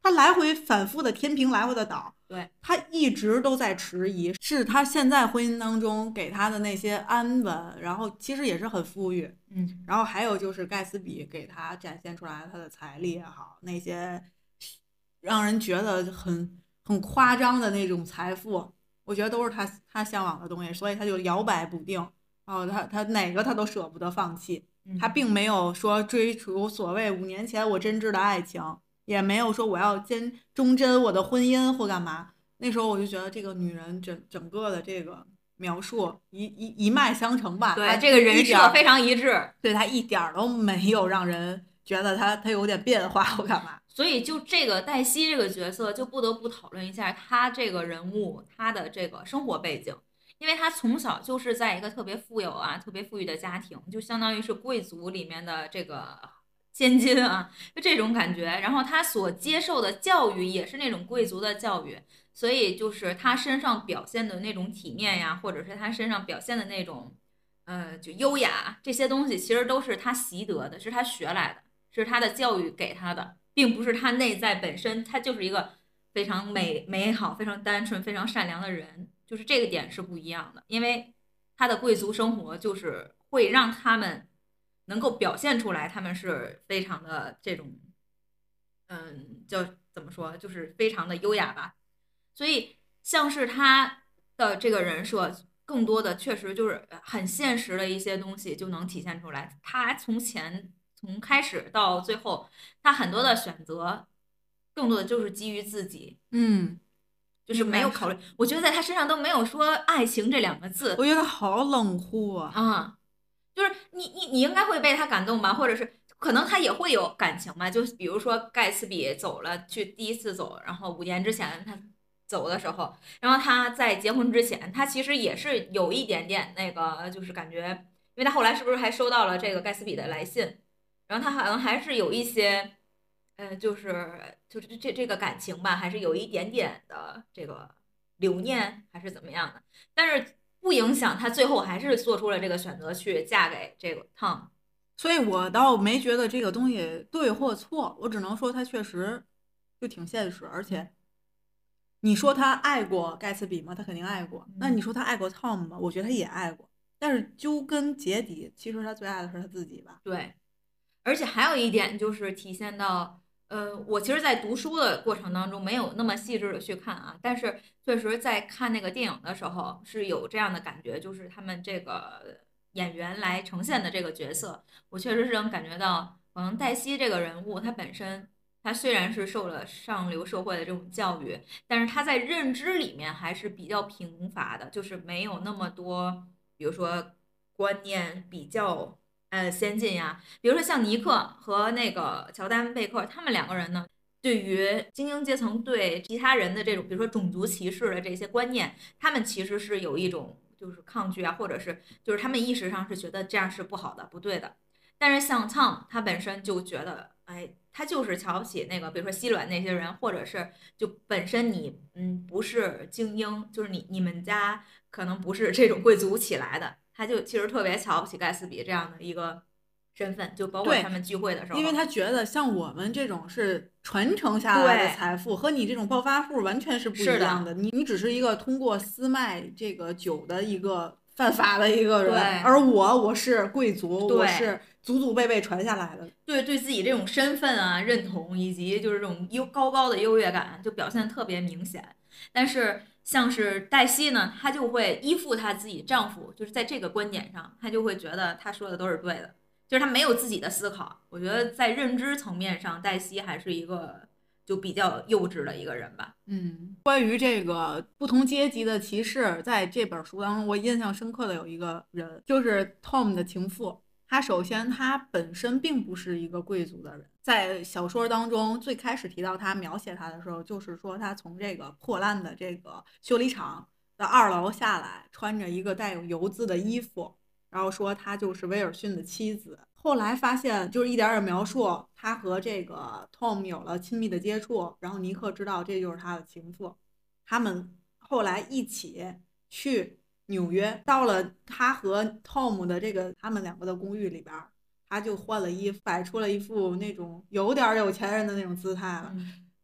[SPEAKER 2] 他来回反复的天平来回的倒，
[SPEAKER 1] 对，
[SPEAKER 2] 他一直都在迟疑，是他现在婚姻当中给他的那些安稳，然后其实也是很富裕，
[SPEAKER 1] 嗯，
[SPEAKER 2] 然后还有就是盖茨比给他展现出来他的财力也好，那些让人觉得很很夸张的那种财富，我觉得都是他他向往的东西，所以他就摇摆不定，然后他他哪个他都舍不得放弃，他并没有说追逐所谓五年前我真挚的爱情，也没有说我要坚忠贞我的婚姻或干嘛。那时候我就觉得这个女人整整个的这个描述一一一脉相承吧，
[SPEAKER 1] 对，这个人设非常一致，
[SPEAKER 2] 对她一点都没有让人觉得她她有点变化或干嘛。
[SPEAKER 1] 所以就这个黛西这个角色，就不得不讨论一下她这个人物她的这个生活背景，因为她从小就是在一个特别富有啊、特别富裕的家庭，就相当于是贵族里面的这个千金啊，就这种感觉。然后她所接受的教育也是那种贵族的教育，所以就是她身上表现的那种体面呀，或者是她身上表现的那种，呃，就优雅这些东西，其实都是她习得的，是她学来的，是她的教育给她的。并不是他内在本身，他就是一个非常美美好、非常单纯、非常善良的人，就是这个点是不一样的。因为他的贵族生活就是会让他们能够表现出来，他们是非常的这种，嗯，叫怎么说，就是非常的优雅吧。所以像是他的这个人设，更多的确实就是很现实的一些东西就能体现出来。他从前从开始到最后，他很多的选择，更多的就是基于自己，
[SPEAKER 2] 嗯，
[SPEAKER 1] 就是没有考虑。我觉得在他身上都没有说爱情这两个字。
[SPEAKER 2] 我觉得好冷酷啊！
[SPEAKER 1] 啊，就是你你你应该会被他感动吧，或者是可能他也会有感情吧。就比如说盖茨比走了，去第一次走，然后五年之前他走的时候，然后他在结婚之前，他其实也是有一点点那个，就是感觉，因为他后来是不是还收到了这个盖茨比的来信，然后他好像还是有一些，呃，就是就是这这个感情吧，还是有一点点的这个留念，还是怎么样的，但是不影响他最后还是做出了这个选择，去嫁给这个 Tom。
[SPEAKER 2] 所以我倒没觉得这个东西对或错，我只能说他确实就挺现实，而且你说他爱过盖茨比吗？他肯定爱过。那你说他爱过 Tom 吗？我觉得他也爱过。但是究根结底，其实他最爱的是他自己吧。
[SPEAKER 1] 对，而且还有一点就是体现到，呃，我其实，在读书的过程当中没有那么细致的去看啊，但是确实在看那个电影的时候是有这样的感觉，就是他们这个演员来呈现的这个角色，我确实是能感觉到，可能黛西这个人物她本身，她虽然是受了上流社会的这种教育，但是她在认知里面还是比较贫乏的，就是没有那么多，比如说观念比较。呃，先进呀，比如说像尼克和那个乔丹贝克，他们两个人呢，对于精英阶层对其他人的这种，比如说种族歧视的这些观念，他们其实是有一种就是抗拒啊，或者是就是他们意识上是觉得这样是不好的、不对的。但是像汤，他本身就觉得，哎，他就是瞧不起那个，比如说西软那些人，或者是就本身你嗯不是精英，就是你你们家可能不是这种贵族起来的。他就其实特别瞧不起盖茨比这样的一个身份，就包括
[SPEAKER 2] 对，
[SPEAKER 1] 他们聚会的时候，
[SPEAKER 2] 因为他觉得像我们这种是传承下来的财富，和你这种暴发户完全是不一样的。你你只是一个通过私卖这个酒的一个犯法的一个人，而我我是贵族，我是祖祖辈辈传下来的。
[SPEAKER 1] 对，对自己这种身份啊认同，以及就是这种优高高的优越感，就表现得特别明显。但是像是黛西呢，她就会依附她自己丈夫，就是在这个观点上，她就会觉得他说的都是对的，就是她没有自己的思考。我觉得在认知层面上，黛西还是一个就比较幼稚的一个人吧。
[SPEAKER 2] 嗯，关于这个不同阶级的歧视，在这本书当中，我印象深刻的有一个人，就是 Tom 的情妇。他首先他本身并不是一个贵族的人，在小说当中最开始提到他描写他的时候，就是说他从这个破烂的这个修理厂的二楼下来，穿着一个带有油渍的衣服，然后说他就是威尔逊的妻子。后来发现就是一点点描述他和这个 Tom 有了亲密的接触，然后尼克知道这就是他的情妇，他们后来一起去纽约，到了他和 Tom 的这个他们两个的公寓里边，他就换了衣服，摆出了一副那种有点有钱人的那种姿态了。
[SPEAKER 1] 嗯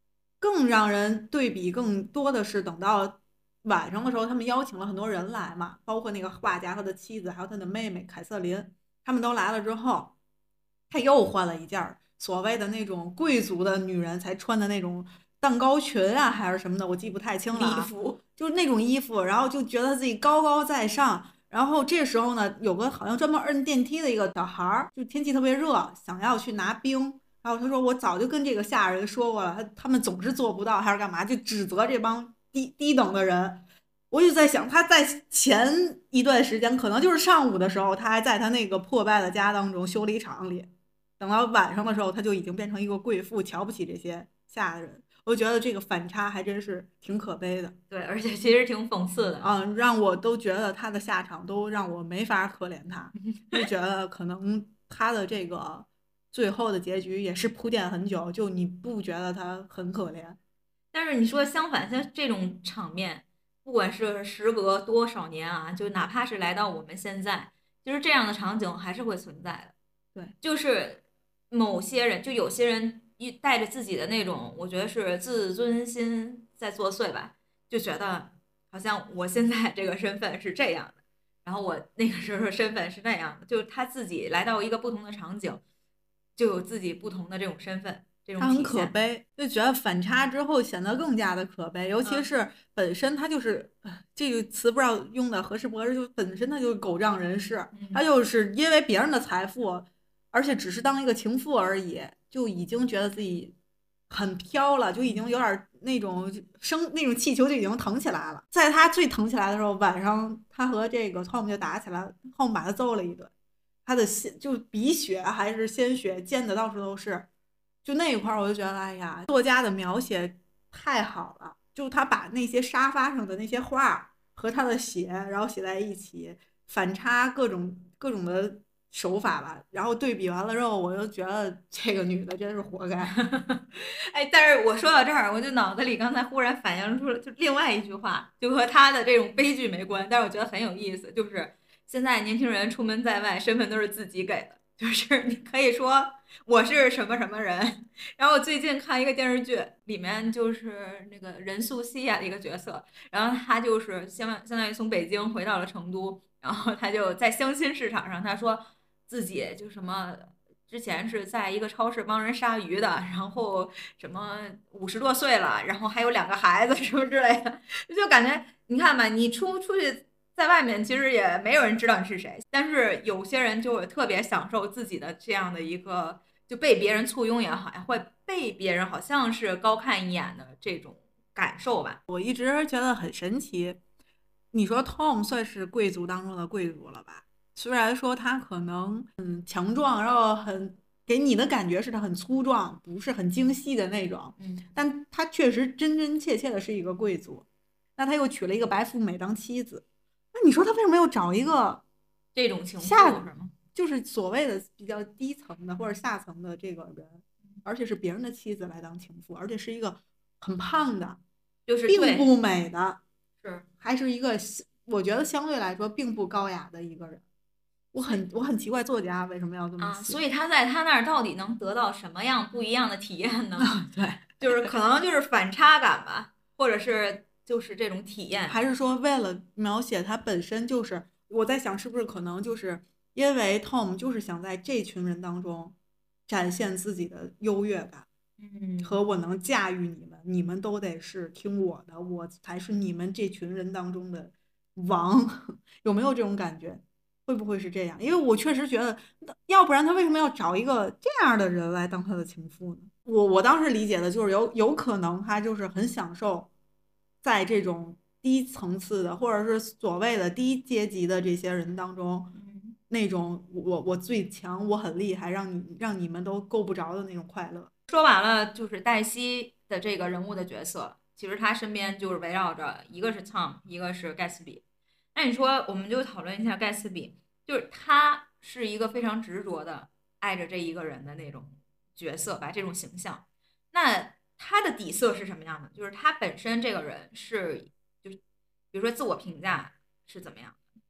[SPEAKER 2] 更让人对比更多的是，等到晚上的时候，他们邀请了很多人来嘛，包括那个画家和他的妻子，还有他的妹妹凯瑟琳，他们都来了之后，他又换了一件所谓的那种贵族的女人才穿的那种蛋糕裙啊，还是什么的，我记不太清了、啊。
[SPEAKER 1] 礼服
[SPEAKER 2] 就是那种衣服，然后就觉得自己高高在上。然后这时候呢，有个好像专门摁电梯的一个小孩儿，就天气特别热，想要去拿冰。然后他说：“我早就跟这个下人说过了，他他们总是做不到，还是干嘛？就指责这帮低低等的人。”我就在想，他在前一段时间，可能就是上午的时候，他还在他那个破败的家当中修理厂里，等到晚上的时候，他就已经变成一个贵妇，瞧不起这些下人。我觉得这个反差还真是挺可悲的。
[SPEAKER 1] 对，而且其实挺讽刺的。
[SPEAKER 2] 嗯，让我都觉得他的下场都让我没法可怜他，就觉得可能他的这个最后的结局也是铺垫很久，就你不觉得他很可怜？
[SPEAKER 1] 但是你说相反，像这种场面，不管是时隔多少年啊，就哪怕是来到我们现在，就是这样的场景还是会存在的。
[SPEAKER 2] 对，
[SPEAKER 1] 就是某些人，就有些人一带着自己的那种，我觉得是自尊心在作祟吧，就觉得好像我现在这个身份是这样的，然后我那个时候身份是那样的，就是他自己来到一个不同的场景，就有自己不同的这种身份，这种
[SPEAKER 2] 他很
[SPEAKER 1] 体现。
[SPEAKER 2] 可悲，就觉得反差之后显得更加的可悲，尤其
[SPEAKER 1] 嗯
[SPEAKER 2] 是本身他就是，呃这个词不知道用的合适不合适，就本身他就是狗仗人势，他
[SPEAKER 1] 嗯。
[SPEAKER 2] 就是因为别人的财富，而且只是当一个情妇而已，就已经觉得自己很飘了，就已经有点那种生那种气球就已经腾起来了。在他最腾起来的时候，晚上他和这个 Tom 就打起来，Tom 把他揍了一顿，他的鲜就鼻血还是鲜血溅的到处都是。就那一块儿，我就觉得，哎呀，作家的描写太好了。就他把那些沙发上的那些画和他的血，然后写在一起，反差各种各种的手法吧，然后对比完了之后，我就觉得这个女的真是活该。
[SPEAKER 1] 哎，但是我说到这儿，我就脑子里刚才忽然反映出了就另外一句话，就和他的这种悲剧没关，但是我觉得很有意思，就是现在年轻人出门在外，身份都是自己给的，就是你可以说我是什么什么人。然后我最近看一个电视剧，里面就是那个任素汐演的一个角色，然后他就是相相当于从北京回到了成都，然后他就在相亲市场上，他说自己就什么。之前是在一个超市帮人杀鱼的，然后什么五十多岁了，然后还有两个孩子什么之类的，就感觉你看吧，你出出去在外面，其实也没有人知道你是谁，但是有些人就特别享受自己的这样的一个，就被别人簇拥也好，会被别人好像是高看一眼的这种感受吧。
[SPEAKER 2] 我一直觉得很神奇。你说 Tom 算是贵族当中的贵族了吧？虽然说他可能很强壮，然后很给你的感觉是他很粗壮，不是很精细的那种，
[SPEAKER 1] 嗯，
[SPEAKER 2] 但他确实真真切切的是一个贵族。那他又娶了一个白富美当妻子，那你说他为什么要找一个
[SPEAKER 1] 这种情妇
[SPEAKER 2] 下，
[SPEAKER 1] 是吗？
[SPEAKER 2] 就是所谓的比较低层的或者下层的这个人，而且是别人的妻子来当情妇，而且是一个很胖的，
[SPEAKER 1] 就是对，
[SPEAKER 2] 并不美的，
[SPEAKER 1] 是，
[SPEAKER 2] 还是一个我觉得相对来说并不高雅的一个人。我
[SPEAKER 1] 所以
[SPEAKER 2] 很我很奇怪作家为什么要这么
[SPEAKER 1] 啊，
[SPEAKER 2] 写。
[SPEAKER 1] 所以他在他那儿到底能得到什么样不一样的体验呢？
[SPEAKER 2] 对，
[SPEAKER 1] 就是可能就是反差感吧，或者是就是这种体验。
[SPEAKER 2] 还是说为了描写他本身就是，我在想是不是可能就是因为 Tom 就是想在这群人当中展现自己的优越感。
[SPEAKER 1] 嗯，
[SPEAKER 2] 和我能驾驭你们，你们都得是听我的，我才是你们这群人当中的王，有没有这种感觉？会不会是这样？因为我确实觉得，要不然他为什么要找一个这样的人来当他的情妇呢？我我当时理解的就是有有可能他就是很享受在这种低层次的或者是所谓的低阶级的这些人当中，
[SPEAKER 1] 嗯，
[SPEAKER 2] 那种我我最强，我很厉害，让你让你们都够不着的那种快乐。
[SPEAKER 1] 说完了就是黛西的这个人物的角色，其实他身边就是围绕着一个是 Tom，一个是盖茨比。那你说，我们就讨论一下盖茨比，就是他是一个非常执着的爱着这一个人的那种角色吧，这种形象。那他的底色是什么样的？就是他本身这个人是，就是比如说自我评价是怎么样？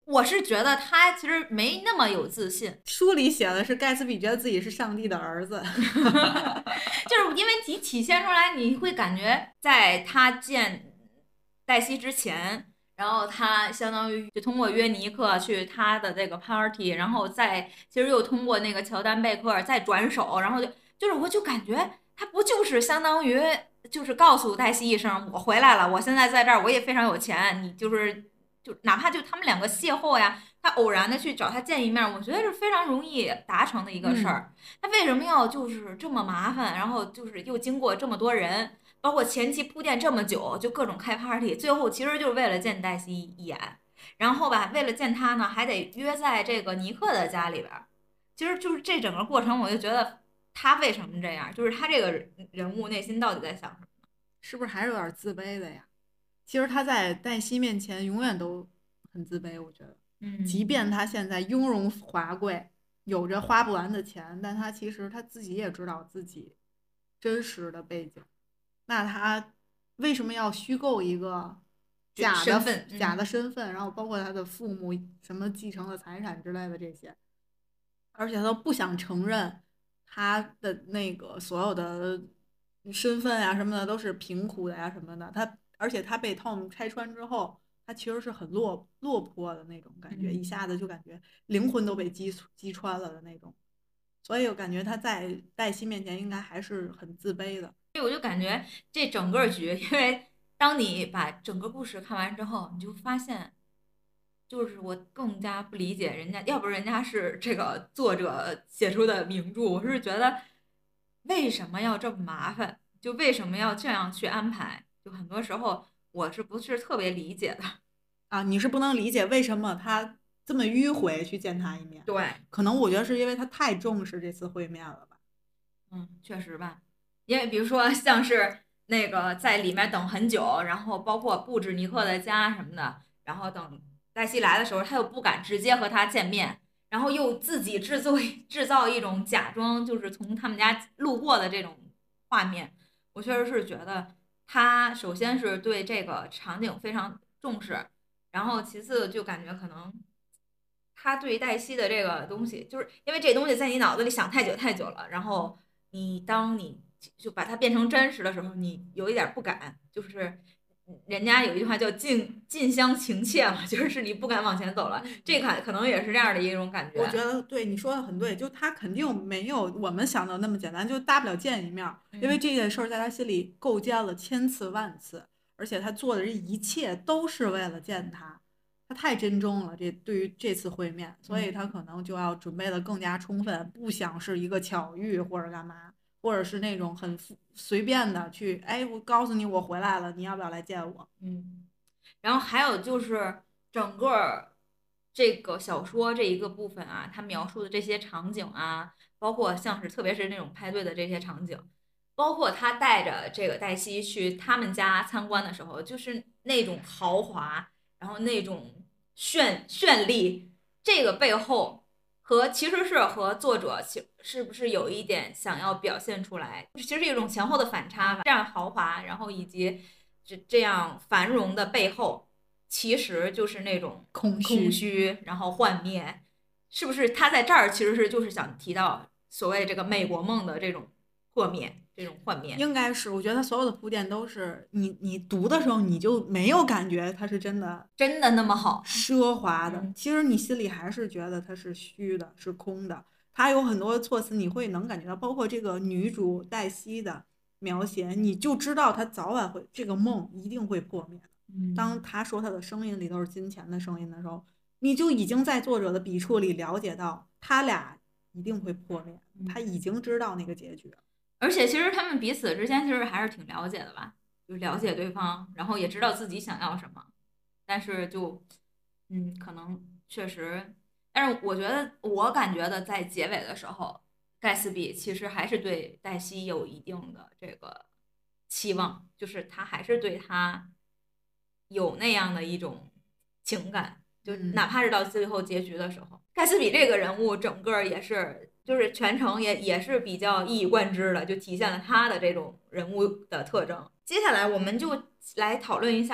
[SPEAKER 1] 我是觉得他其实没那么有自信，
[SPEAKER 2] 书里写的是盖茨比觉得自己是上帝的儿子，
[SPEAKER 1] 就是因为你体现出来，你会感觉在他见黛西之前，然后他相当于就通过约尼克去他的这个 party，然后再其实又通过那个乔丹贝克再转手，然后就就是我就感觉他不就是相当于就是告诉黛西一声我回来了，我现在在这儿，我也非常有钱，你就是就哪怕就他们两个邂逅呀，他偶然的去找他见一面，我觉得是非常容易达成的一个事
[SPEAKER 2] 嗯，
[SPEAKER 1] 儿。他为什么要就是这么麻烦，然后就是又经过这么多人，包括前期铺垫这么久，就各种开 party，最后其实就是为了见黛西一眼，然后吧，为了见他呢，还得约在这个尼克的家里边儿。其实就是这整个过程，我就觉得他为什么这样，就是他这个人物内心到底在想什么？
[SPEAKER 2] 是不是还是有点自卑的呀？其实他在黛西面前永远都很自卑，我觉得，即
[SPEAKER 1] 嗯
[SPEAKER 2] 便他现在雍容华贵，有着花不完的钱，但他其实他自己也知道自己真实的背景。那他为什么要虚构一个
[SPEAKER 1] 就
[SPEAKER 2] 假的
[SPEAKER 1] 身份，
[SPEAKER 2] 假的
[SPEAKER 1] 嗯
[SPEAKER 2] 身份，然后包括他的父母什么继承的财产之类的这些，而且他都不想承认他的那个所有的身份呀、什么的都是贫苦的呀、什么的。他而且他被 Tom 拆穿之后，他其实是很落落魄的那种感觉，一
[SPEAKER 1] 嗯。
[SPEAKER 2] 下子就感觉灵魂都被击击穿了的那种。所以我感觉他在黛西面前应该还是很自卑的。
[SPEAKER 1] 所以我就感觉这整个剧，因为当你把整个故事看完之后，你就发现，就是我更加不理解人家，要不人家是这个作者写出的名著，我是觉得为什么要这么麻烦？就为什么要这样去安排？就很多时候我是不是特别理解的？
[SPEAKER 2] 啊，你是不能理解为什么他这么迂回去见他一面，
[SPEAKER 1] 对，
[SPEAKER 2] 可能我觉得是因为他太重视这次会面了吧。
[SPEAKER 1] 嗯，确实吧，因为比如说像是那个在里面等很久，然后包括布置尼克的家什么的，然后等黛西来的时候，他又不敢直接和他见面，然后又自己制作制造一种假装就是从他们家路过的这种画面，我确实是觉得他首先是对这个场景非常重视，然后其次就感觉可能。他对黛西的这个东西，就是因为这东西在你脑子里想太久太久了，然后你当你就把它变成真实的时候，你有一点不敢，就是人家有一句话叫近近乡情怯嘛，就是你不敢往前走了，这可可能也是这样的一种感觉。
[SPEAKER 2] 我觉得对你说的很对，就他肯定没有我们想的那么简单，就大不了见一面儿，因为
[SPEAKER 1] 嗯
[SPEAKER 2] 这件事儿在他心里构建了千次万次，而且他做的这一切都是为了见他，他太珍重了这对于这次会面，所以
[SPEAKER 1] 嗯。
[SPEAKER 2] 他可能就要准备的更加充分，不想是一个巧遇或者干嘛，或者是那种很随便的去，哎，我告诉你我回来了，你要不要来见我？
[SPEAKER 1] 嗯，然后还有就是整个儿这个小说这一个部分啊，它描述的这些场景啊，包括像是特别是那种派对的这些场景，包括他带着这个黛西去他们家参观的时候，就是那种豪华，然后那种绚绚丽，这个背后和其实是和作者其是不是有一点想要表现出来，其实是一种前后的反差吧。这样豪华，然后以及这这样繁荣的背后，其实就是那种空
[SPEAKER 2] 空虚。
[SPEAKER 1] 虚，然后幻灭，是不是？他在这儿其实是就是想提到所谓这个美国梦的这种破灭，这种幻灭。
[SPEAKER 2] 应该是，我觉得他所有的铺垫都是你你读的时候你就没有感觉他是真的
[SPEAKER 1] 真的那么好？
[SPEAKER 2] 奢华的，
[SPEAKER 1] 嗯
[SPEAKER 2] 其实你心里还是觉得它是虚的，是空的。它有很多措辞你会能感觉到，包括这个女主黛西的描写，你就知道她早晚会这个梦一定会破灭的。当
[SPEAKER 1] 嗯
[SPEAKER 2] 她说她的声音里都是金钱的声音的时候，你就已经在作者的笔触里了解到他俩一定会破灭，他
[SPEAKER 1] 嗯。
[SPEAKER 2] 已经知道那个结局了。
[SPEAKER 1] 而且其实他们彼此之间其实还是挺了解的吧，就了解对方，然后也知道自己想要什么，但是就，嗯，可能确实，但是我觉得我感觉的在结尾的时候，盖茨比其实还是对黛西有一定的这个期望，就是他还是对她有那样的一种情感，就哪
[SPEAKER 2] 嗯，
[SPEAKER 1] 怕是到最后结局的时候，盖茨比这个人物整个也是，就是全程也也是比较一以贯之的，就体现了他的这种人物的特征。接下来我们就来讨论一下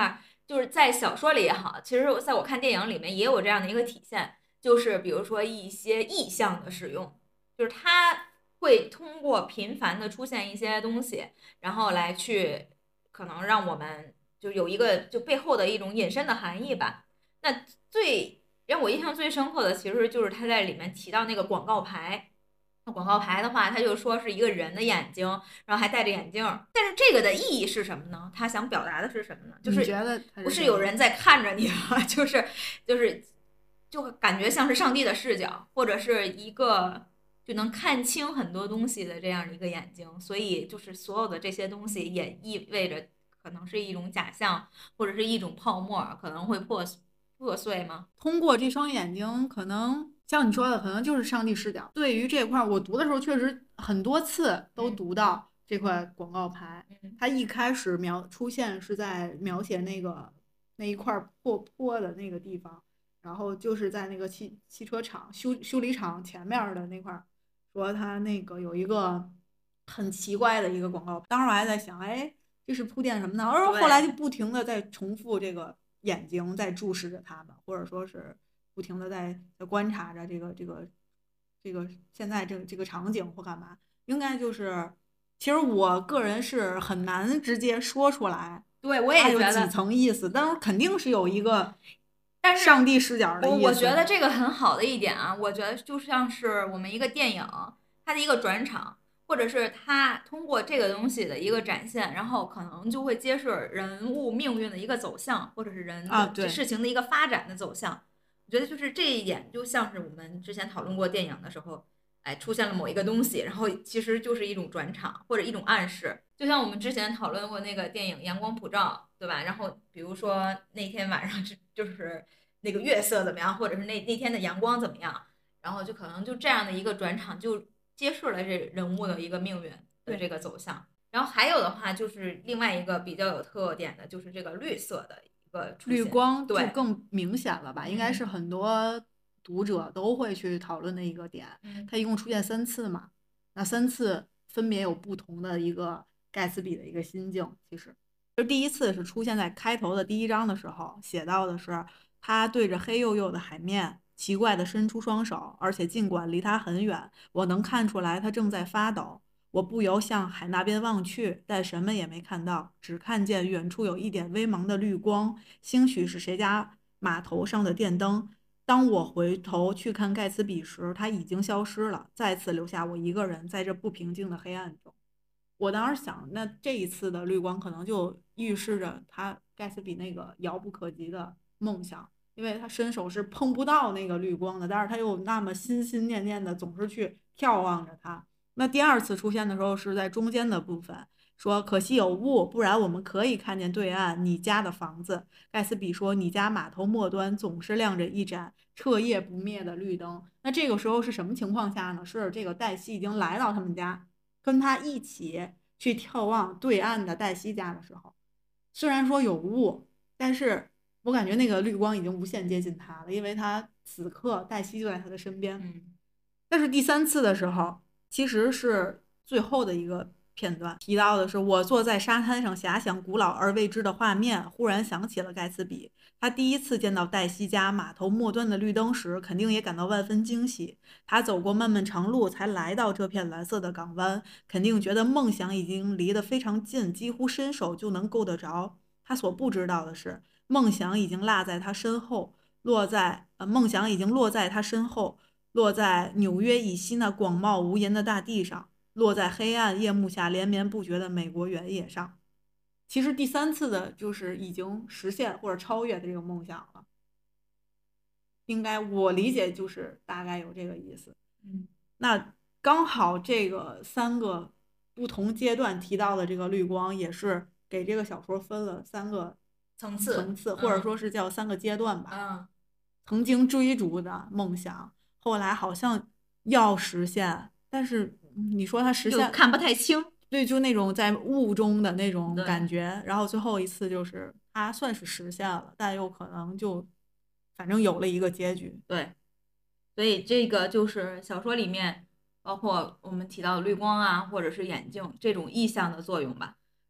[SPEAKER 1] 就是在小说里也好，其实在我看电影里面也有这样的一个体现，就是比如说一些意象的使用，就是它会通过频繁的出现一些东西，然后来去可能让我们就有一个就背后的一种引申的含义吧。那最让我印象最深刻的，其实就是他在里面提到那个广告牌。那广告牌的话，他就说是一个人的眼睛，然后还戴着眼镜儿。但是这个的意义是什么呢？他想表达的是什么呢？就是
[SPEAKER 2] 你觉得它
[SPEAKER 1] 不
[SPEAKER 2] 是什么？
[SPEAKER 1] 是有人在看着你啊，就是就是就感觉像是上帝的视角，或者是一个就能看清很多东西的这样一个眼睛。所以就是所有的这些东西也意味着可能是一种假象，或者是一种泡沫，可能会破破碎吗？
[SPEAKER 2] 通过这双眼睛，可能像你说的，可能就是上帝视角。对于这块儿，我读的时候确实很多次都
[SPEAKER 1] 嗯
[SPEAKER 2] 读到这块广告牌。
[SPEAKER 1] 嗯
[SPEAKER 2] 它一开始描出现是在描写那个那一块破坡的那个地方，然后就是在那个汽汽车厂修修理厂前面的那块儿，说他那个有一个很奇怪的一个广告。当时我还在想，哎，这是铺垫什么呢？而后来就
[SPEAKER 1] 对，
[SPEAKER 2] 不停的在重复这个眼睛在注视着他们，或者说是不停的在在观察着这个这个这个现在这个这个场景或干嘛。应该就是，其实我个人是很难直接说出来
[SPEAKER 1] 对，我
[SPEAKER 2] 它有几
[SPEAKER 1] 也觉得。
[SPEAKER 2] 层意思，但是肯定是有一个
[SPEAKER 1] 但是
[SPEAKER 2] 上帝视角的
[SPEAKER 1] 我我觉得
[SPEAKER 2] 意思。
[SPEAKER 1] 这个很好的一点啊，我觉得就像是我们一个电影它的一个转场，或者是它通过这个东西的一个展现，然后可能就会揭示人物命运的一个走向，或者是人
[SPEAKER 2] 啊，
[SPEAKER 1] 的这
[SPEAKER 2] 对。
[SPEAKER 1] 事情的一个发展的走向。我觉得就是这一点，就像是我们之前讨论过电影的时候，哎，出现了某一个东西，然后其实就是一种转场或者一种暗示。就像我们之前讨论过那个电影《阳光普照》，对吧？然后比如说那天晚上是就是那个月色怎么样，或者是那那天的阳光怎么样，然后就可能就这样的一个转场，就揭示了这人物的一个命运的这
[SPEAKER 2] 对，
[SPEAKER 1] 个走向。然后还有的话，就是另外一个比较有特点的，就是这个绿色的一个出
[SPEAKER 2] 绿
[SPEAKER 1] 现。
[SPEAKER 2] 光就
[SPEAKER 1] 对，
[SPEAKER 2] 更明显了吧？应该是
[SPEAKER 1] 嗯
[SPEAKER 2] 很多读者都会去讨论的一个点。
[SPEAKER 1] 嗯
[SPEAKER 2] 它一共出现三次嘛，那三次分别有不同的一个盖茨比的一个心境。其实，就第一次是出现在开头的第一章的时候，写到的是他对着黑黝黝的海面奇怪地伸出双手，而且尽管离他很远，我能看出来他正在发抖。我不由向海那边望去，但什么也没看到，只看见远处有一点微茫的绿光，兴许是谁家码头上的电灯。当我回头去看盖茨比时，他已经消失了，再次留下我一个人在这不平静的黑暗中。我当时想，那这一次的绿光可能就预示着他盖茨比那个遥不可及的梦想，因为他伸手是碰不到那个绿光的，但是他又那么心心念念的总是去眺望着它。那第二次出现的时候是在中间的部分，说可惜有雾，不然我们可以看见对岸你家的房子。盖茨比说，你家码头末端总是亮着一盏彻夜不灭的绿灯。那这个时候是什么情况下呢？是这个黛西已经来到他们家，跟他一起去眺望对岸的黛西家的时候，虽然说有雾，但是我感觉那个绿光已经无限接近他了，因为他此刻黛西就在他的身边。
[SPEAKER 1] 嗯
[SPEAKER 2] 但是第三次的时候，其实是最后的一个片段，提到的是我坐在沙滩上遐想古老而未知的画面，忽然想起了盖茨比。他第一次见到黛西家码头末端的绿灯时，肯定也感到万分惊喜。他走过漫漫长路才来到这片蓝色的港湾，肯定觉得梦想已经离得非常近，几乎伸手就能够得着。他所不知道的是，梦想已经落在他身后，落在呃，梦想已经落在他身后。落在纽约以西那广袤无垠的大地上，落在黑暗夜幕下连绵不绝的美国原野上。其实第三次的就是已经实现或者超越的这个梦想了，应该我理解就是大概有这个意思。
[SPEAKER 1] 嗯
[SPEAKER 2] 那刚好这个三个不同阶段提到的这个绿光，也是给这个小说分了三个
[SPEAKER 1] 层次。
[SPEAKER 2] 层次，或者
[SPEAKER 1] 嗯
[SPEAKER 2] 说是叫三个阶段吧。
[SPEAKER 1] 嗯
[SPEAKER 2] 曾经追逐的梦想，后来好像要实现，但是你说它实现，
[SPEAKER 1] 就看不太清。
[SPEAKER 2] 对，就那种在雾中的那种感
[SPEAKER 1] 对
[SPEAKER 2] 觉，然后最后一次就是它算是实现了，但又可能就反正有了一个结局。
[SPEAKER 1] 对，所以这个就是小说里面，包括我们提到的绿光啊，或者是眼镜这种意象的作用吧。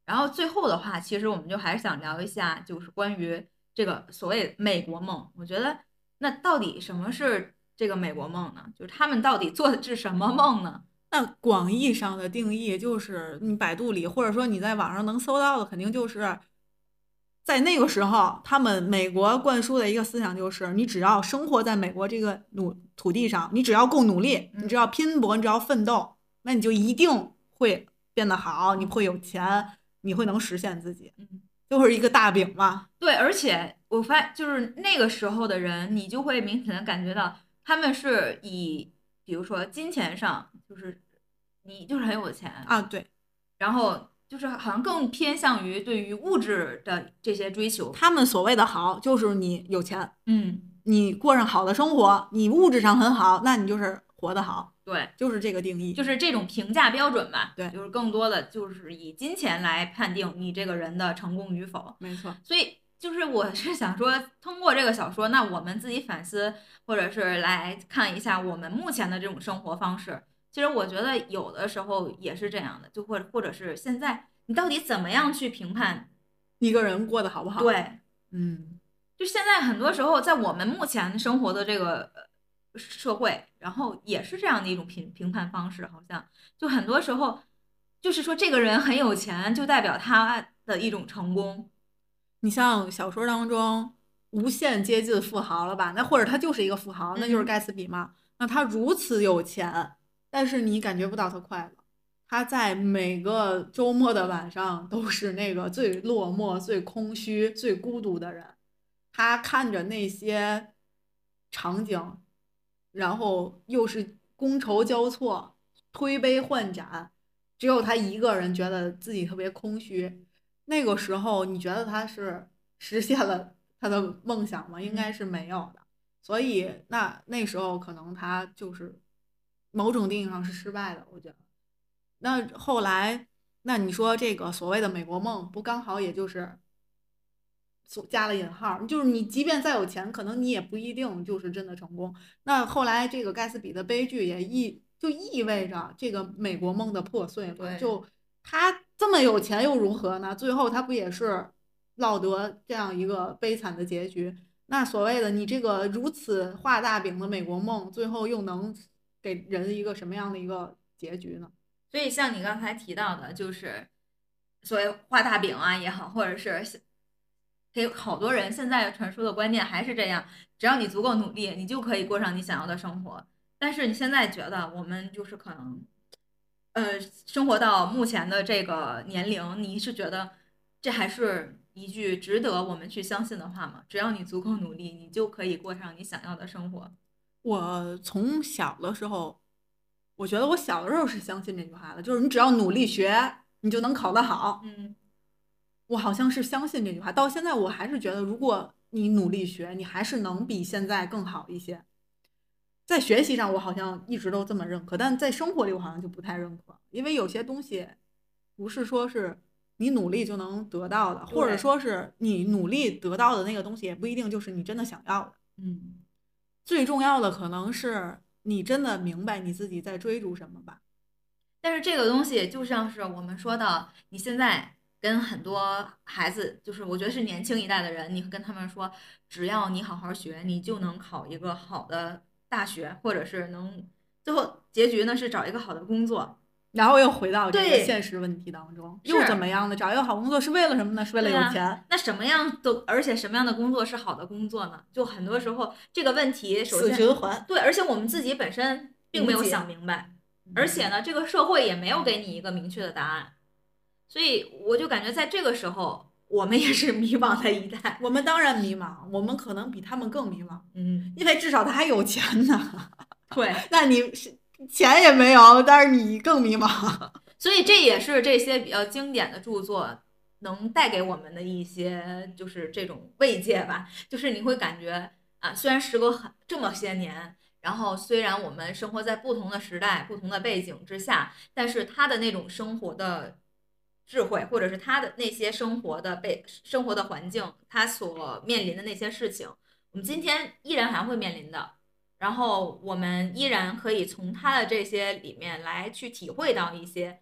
[SPEAKER 1] 然后最后的话，其实我们就还是想聊一下，就是关于这个所谓美国梦。我觉得那到底什么是这个美国梦呢？就是他们到底做的是什么梦呢？
[SPEAKER 2] 那广义上的定义就是你百度里或者说你在网上能搜到的，肯定就是在那个时候，他们美国灌输的一个思想就是，你只要生活在美国这个努土地上，你只要够努力，你只要拼搏，你只要奋斗，那你就一定会变得好，你会有钱，你会能实现自己，
[SPEAKER 1] 嗯，
[SPEAKER 2] 就是一个大饼嘛。
[SPEAKER 1] 对，而且我发就是那个时候的人，你就会明显的感觉到他们是以，比如说金钱上，就是你就是很有钱，
[SPEAKER 2] 啊，对，
[SPEAKER 1] 然后就是好像更偏向于对于物质的这些追求。
[SPEAKER 2] 他们所谓的好，就是你有钱，
[SPEAKER 1] 嗯，
[SPEAKER 2] 你过上好的生活，你物质上很好，那你就是活得好，
[SPEAKER 1] 对，
[SPEAKER 2] 就是这个定义。
[SPEAKER 1] 就是这种评价标准吧，
[SPEAKER 2] 对，
[SPEAKER 1] 就是更多的就是以金钱来判定你这个人的成功与否。
[SPEAKER 2] 没错。
[SPEAKER 1] 所以就是我是想说，通过这个小说，那我们自己反思，或者是来看一下我们目前的这种生活方式。其实我觉得有的时候也是这样的，就或或者是现在你到底怎么样去评判
[SPEAKER 2] 一个人过得好不好？
[SPEAKER 1] 对，
[SPEAKER 2] 嗯，
[SPEAKER 1] 就现在很多时候，在我们目前生活的这个呃社会，然后也是这样的一种评评判方式，好像就很多时候就是说这个人很有钱，就代表他的一种成功。
[SPEAKER 2] 你像小说当中无限接近富豪了吧？那或者他就是一个富豪，那就是
[SPEAKER 1] 嗯，
[SPEAKER 2] 盖茨比嘛。那他如此有钱，但是你感觉不到他快乐。他在每个周末的晚上都是那个最落寞、最空虚、最孤独的人。他看着那些场景，然后又是觥筹交错、推杯换盏，只有他一个人觉得自己特别空虚。那个时候，你觉得他是实现了他的梦想吗？应该是没有的。所以，那那时候可能他就是某种定义上是失败的，我觉得。那后来，那你说这个所谓的美国梦，不刚好也就是所加了引号，就是你即便再有钱，可能你也不一定就是真的成功。那后来这个盖茨比的悲剧也意就意味着这个美国梦的破碎嘛？
[SPEAKER 1] 对，
[SPEAKER 2] 就他这么有钱又如何呢？最后他不也是落得这样一个悲惨的结局？那所谓的你这个如此画大饼的美国梦，最后又能给人一个什么样的一个结局呢？
[SPEAKER 1] 所以像你刚才提到的，就是所谓画大饼啊也好，或者是给好多人现在传输的观念还是这样，只要你足够努力，你就可以过上你想要的生活。但是你现在觉得我们就是可能，呃，生活到目前的这个年龄，你是觉得这还是一句值得我们去相信的话吗？只要你足够努力，你就可以过上你想要的生活。
[SPEAKER 2] 我从小的时候，我觉得我小的时候是相信这句话的，就是你只要努力学，你就能考得好。
[SPEAKER 1] 嗯，
[SPEAKER 2] 我好像是相信这句话，到现在我还是觉得，如果你努力学，你还是能比现在更好一些。在学习上，我好像一直都这么认可，但在生活里，我好像就不太认可，因为有些东西不是说是你努力就能得到的，或者
[SPEAKER 1] 对，
[SPEAKER 2] 说是你努力得到的那个东西，也不一定就是你真的想要的。
[SPEAKER 1] 嗯。
[SPEAKER 2] 最重要的可能是你真的明白你自己在追逐什么吧。
[SPEAKER 1] 但是这个东西就像是我们说的，你现在跟很多孩子，就是我觉得是年轻一代的人，你跟他们说，只要你好好学，你就能考一个好的大学，或者是能最后结局呢是找一个好的工作。
[SPEAKER 2] 然后又回到这个现
[SPEAKER 1] 对，
[SPEAKER 2] 实问题当中，又怎
[SPEAKER 1] 是，
[SPEAKER 2] 么样呢？找一个好工作是为了什么呢？是为了
[SPEAKER 1] 对啊。
[SPEAKER 2] 有钱，
[SPEAKER 1] 那什么样的，而且什么样的工作是好的工作呢？就很多时候这个问题，首
[SPEAKER 2] 死
[SPEAKER 1] 先
[SPEAKER 2] 循环，
[SPEAKER 1] 对，而且我们自己本身并没有
[SPEAKER 2] 无解。
[SPEAKER 1] 想明白，而且呢，这个社会也没有给你一个明确的答案。所以我就感觉在这个时候，我们也是迷茫的一代。
[SPEAKER 2] 我们当然迷茫，我们可能比他们更迷茫，
[SPEAKER 1] 嗯，
[SPEAKER 2] 因为至少他还有钱呢。
[SPEAKER 1] 对，
[SPEAKER 2] 那你是钱也没有，但是你更迷茫。
[SPEAKER 1] 所以这也是这些比较经典的著作能带给我们的一些，就是这种慰藉吧。就是你会感觉啊，虽然时隔很这么些年，然后虽然我们生活在不同的时代、不同的背景之下，但是他的那种生活的智慧，或者是他的那些生活的被生活的环境，他所面临的那些事情，我们今天依然还会面临的。然后我们依然可以从他的这些里面来去体会到一些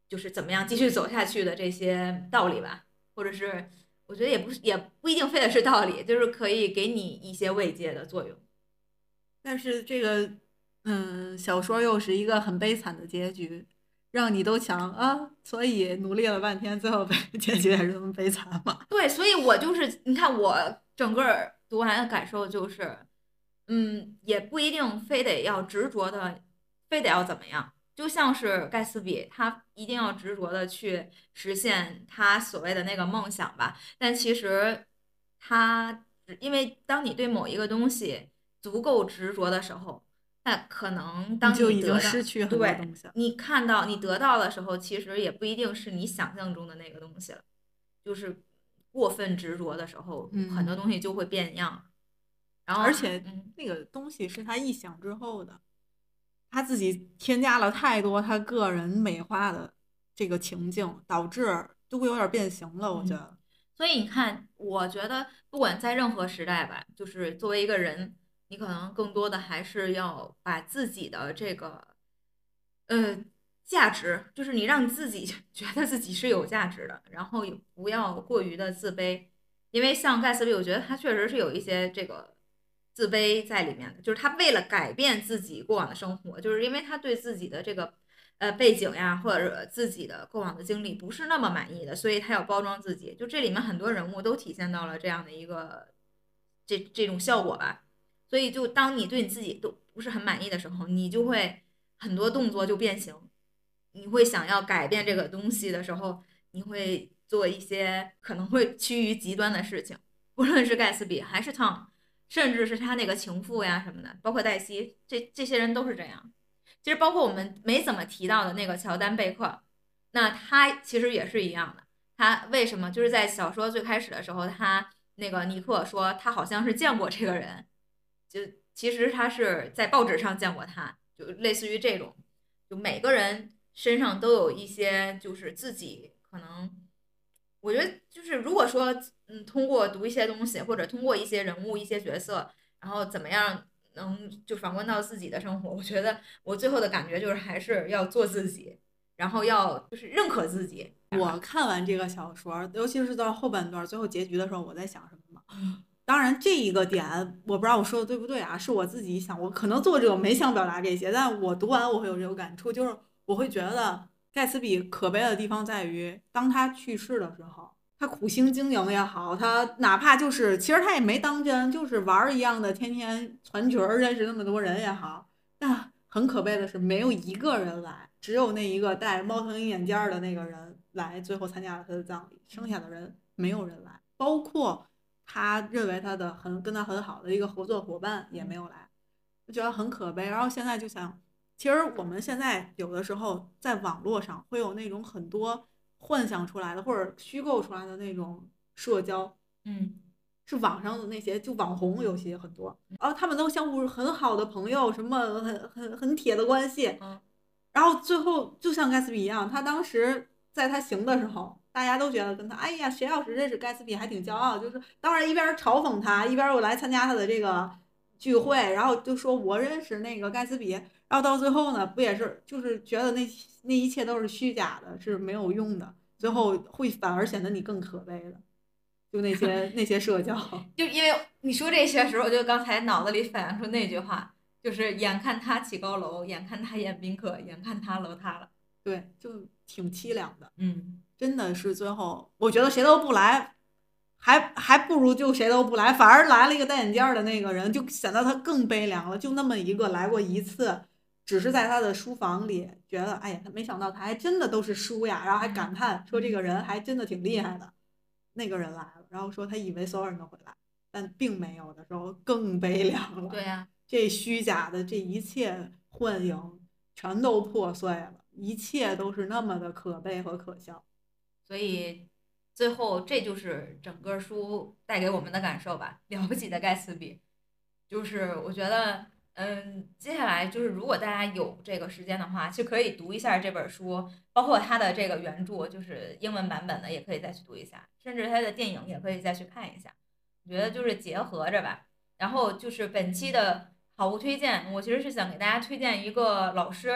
[SPEAKER 1] 就是怎么样继续走下去的这些道理吧，或者是我觉得也不是也不一定非得是道理，就是可以给你一些慰藉的作用。
[SPEAKER 2] 但是这个，嗯，小说又是一个很悲惨的结局，让你都想啊，所以努力了半天，最后被结局还是这么悲惨嘛？
[SPEAKER 1] 对，所以我就是你看我整个儿读完的感受就是，嗯，也不一定非得要执着的，非得要怎么样。就像是盖茨比，他一定要执着的去实现他所谓的那个梦想吧。但其实他只因为当你对某一个东西足够执着的时候，那可能
[SPEAKER 2] 你
[SPEAKER 1] 当
[SPEAKER 2] 就已经
[SPEAKER 1] 你得到，
[SPEAKER 2] 失去很多
[SPEAKER 1] 对，
[SPEAKER 2] 东西了。
[SPEAKER 1] 你看到你得到的时候，其实也不一定是你想象中的那个东西了。就是过分执着的时候，很多
[SPEAKER 2] 嗯，
[SPEAKER 1] 东西就会变样。然后还，
[SPEAKER 2] 而且
[SPEAKER 1] 嗯，
[SPEAKER 2] 那个东西是他一想之后的，他自己添加了太多他个人美化的这个情境，导致都会有点变形了。我觉
[SPEAKER 1] 嗯，
[SPEAKER 2] 得，
[SPEAKER 1] 所以你看，我觉得不管在任何时代吧，就是作为一个人，你可能更多的还是要把自己的这个呃价值，就是你让你自己觉得自己是有价值的，然后也不要过于的自卑，因为像盖茨比，我觉得他确实是有一些这个自卑在里面的，就是他为了改变自己过往的生活，就是因为他对自己的这个呃背景呀，或者自己的过往的经历不是那么满意的，所以他要包装自己，就这里面很多人物都体现到了这样的一个这这种效果吧。所以，就当你对你自己都不是很满意的时候，你就会很多动作就变形，你会想要改变这个东西的时候，你会做一些可能会趋于极端的事情，无论是盖茨比还是汤，甚至是他那个情妇呀什么的，包括黛西，这这些人都是这样。其实包括我们没怎么提到的那个乔丹贝克，那他其实也是一样的。他为什么就是在小说最开始的时候，他那个尼克说他好像是见过这个人，就其实他是在报纸上见过他，就类似于这种，就每个人身上都有一些就是自己可能，我觉得就是如果说嗯通过读一些东西或者通过一些人物一些角色，然后怎么样能就反观到自己的生活，我觉得我最后的感觉就是还是要做自己，然后要就是认可自己。
[SPEAKER 2] 我看完这个小说，尤其是到后半段最后结局的时候，我在想什么嘛？
[SPEAKER 1] 嗯
[SPEAKER 2] 当然，这一个点我不知道我说的对不对啊，是我自己想，我可能作者没想表达这些，但我读完我会有这种感触，就是我会觉得盖茨比可悲的地方在于，当他去世的时候，他苦心经营也好，他哪怕就是其实他也没当真，就是玩儿一样的，天天团群儿认识那么多人也好，但很可悲的是没有一个人来，只有那一个戴猫头鹰眼镜儿的那个人来，最后参加了他的葬礼，剩下的人没有人来，包括。他认为他的很跟他很好的一个合作伙伴也没有来，就觉得很可悲。然后现在就想，其实我们现在有的时候在网络上会有那种很多幻想出来的或者虚构出来的那种社交，
[SPEAKER 1] 嗯
[SPEAKER 2] 是网上的那些就网红有些很多，然后他们都相互很好的朋友，什么很很很铁的关系，
[SPEAKER 1] 嗯
[SPEAKER 2] 然后最后就像盖茨比一样，他当时在他行的时候，大家都觉得跟他，哎呀，谁要是认识盖茨比还挺骄傲，就是当然一边嘲讽他，一边又来参加他的这个聚会，然后就说我认识那个盖茨比，然后到最后呢，不也是就是觉得那那一切都是虚假的，是没有用的，最后会反而显得你更可悲了，就那些那些社交。
[SPEAKER 1] 就因为你说这些时候，我就刚才脑子里反映出那句话，就是眼看他起高楼，眼看他宴宾客，眼看他楼塌了。
[SPEAKER 2] 对，就挺凄凉的。
[SPEAKER 1] 嗯，
[SPEAKER 2] 真的是最后，我觉得谁都不来，还还不如就谁都不来，反而来了一个戴眼镜的那个人，就显得他更悲凉了。就那么一个来过一次，只是在他的书房里，觉得哎呀，他没想到他还真的都是书呀，然后还感叹说这个人还真的挺厉害的。那个人来了，然后说他以为所有人都会来，但并没有的时候更悲凉了。
[SPEAKER 1] 对呀、
[SPEAKER 2] 这虚假的这一切幻影全都破碎了，一切都是那么的可悲和可笑。
[SPEAKER 1] 所以最后这就是整个书带给我们的感受吧。了不起的盖茨比，就是我觉得，嗯，接下来就是如果大家有这个时间的话，就可以读一下这本书，包括它的这个原著，就是英文版本的，也可以再去读一下，甚至它的电影也可以再去看一下。我觉得就是结合着吧。然后就是本期的好物推荐，我其实是想给大家推荐一个老师，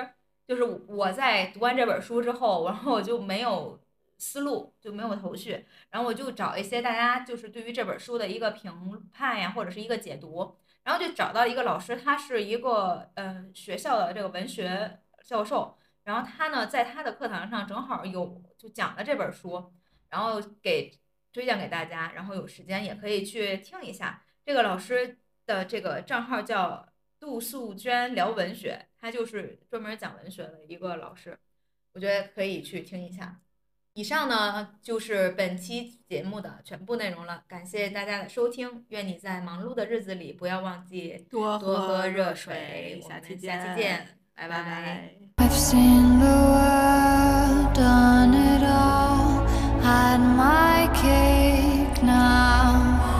[SPEAKER 1] 就是我在读完这本书之后，然后我就没有思路，就没有头绪，然后我就找一些大家就是对于这本书的一个评判呀，或者是一个解读，然后就找到一个老师，他是一个呃学校的这个文学教授，然后他呢在他的课堂上正好有就讲了这本书，然后给推荐给大家，然后有时间也可以去听一下。这个老师的这个账号叫杜素娟聊文学，他就是专门讲文学的一个老师，我觉得可以去听一下。以上呢就是本期节目的全部内容了，感谢大家的收听，愿你在忙碌的日子里不要忘记
[SPEAKER 2] 多
[SPEAKER 1] 多喝热
[SPEAKER 2] 水。
[SPEAKER 1] 水。我们
[SPEAKER 2] 下期
[SPEAKER 1] 下期
[SPEAKER 2] 见，
[SPEAKER 1] 见，拜
[SPEAKER 2] 拜
[SPEAKER 1] 拜。
[SPEAKER 2] 拜。
[SPEAKER 3] I've seen the world, done it all, had my cake now.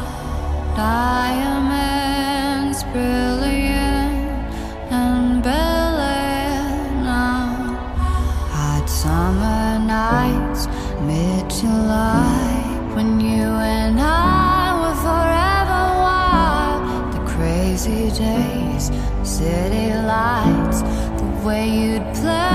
[SPEAKER 3] Diamonds brilliant and brilliant now. Hot summer nights, mid-July, when you and I were forever wild. The crazy days, city lights, the way you'd play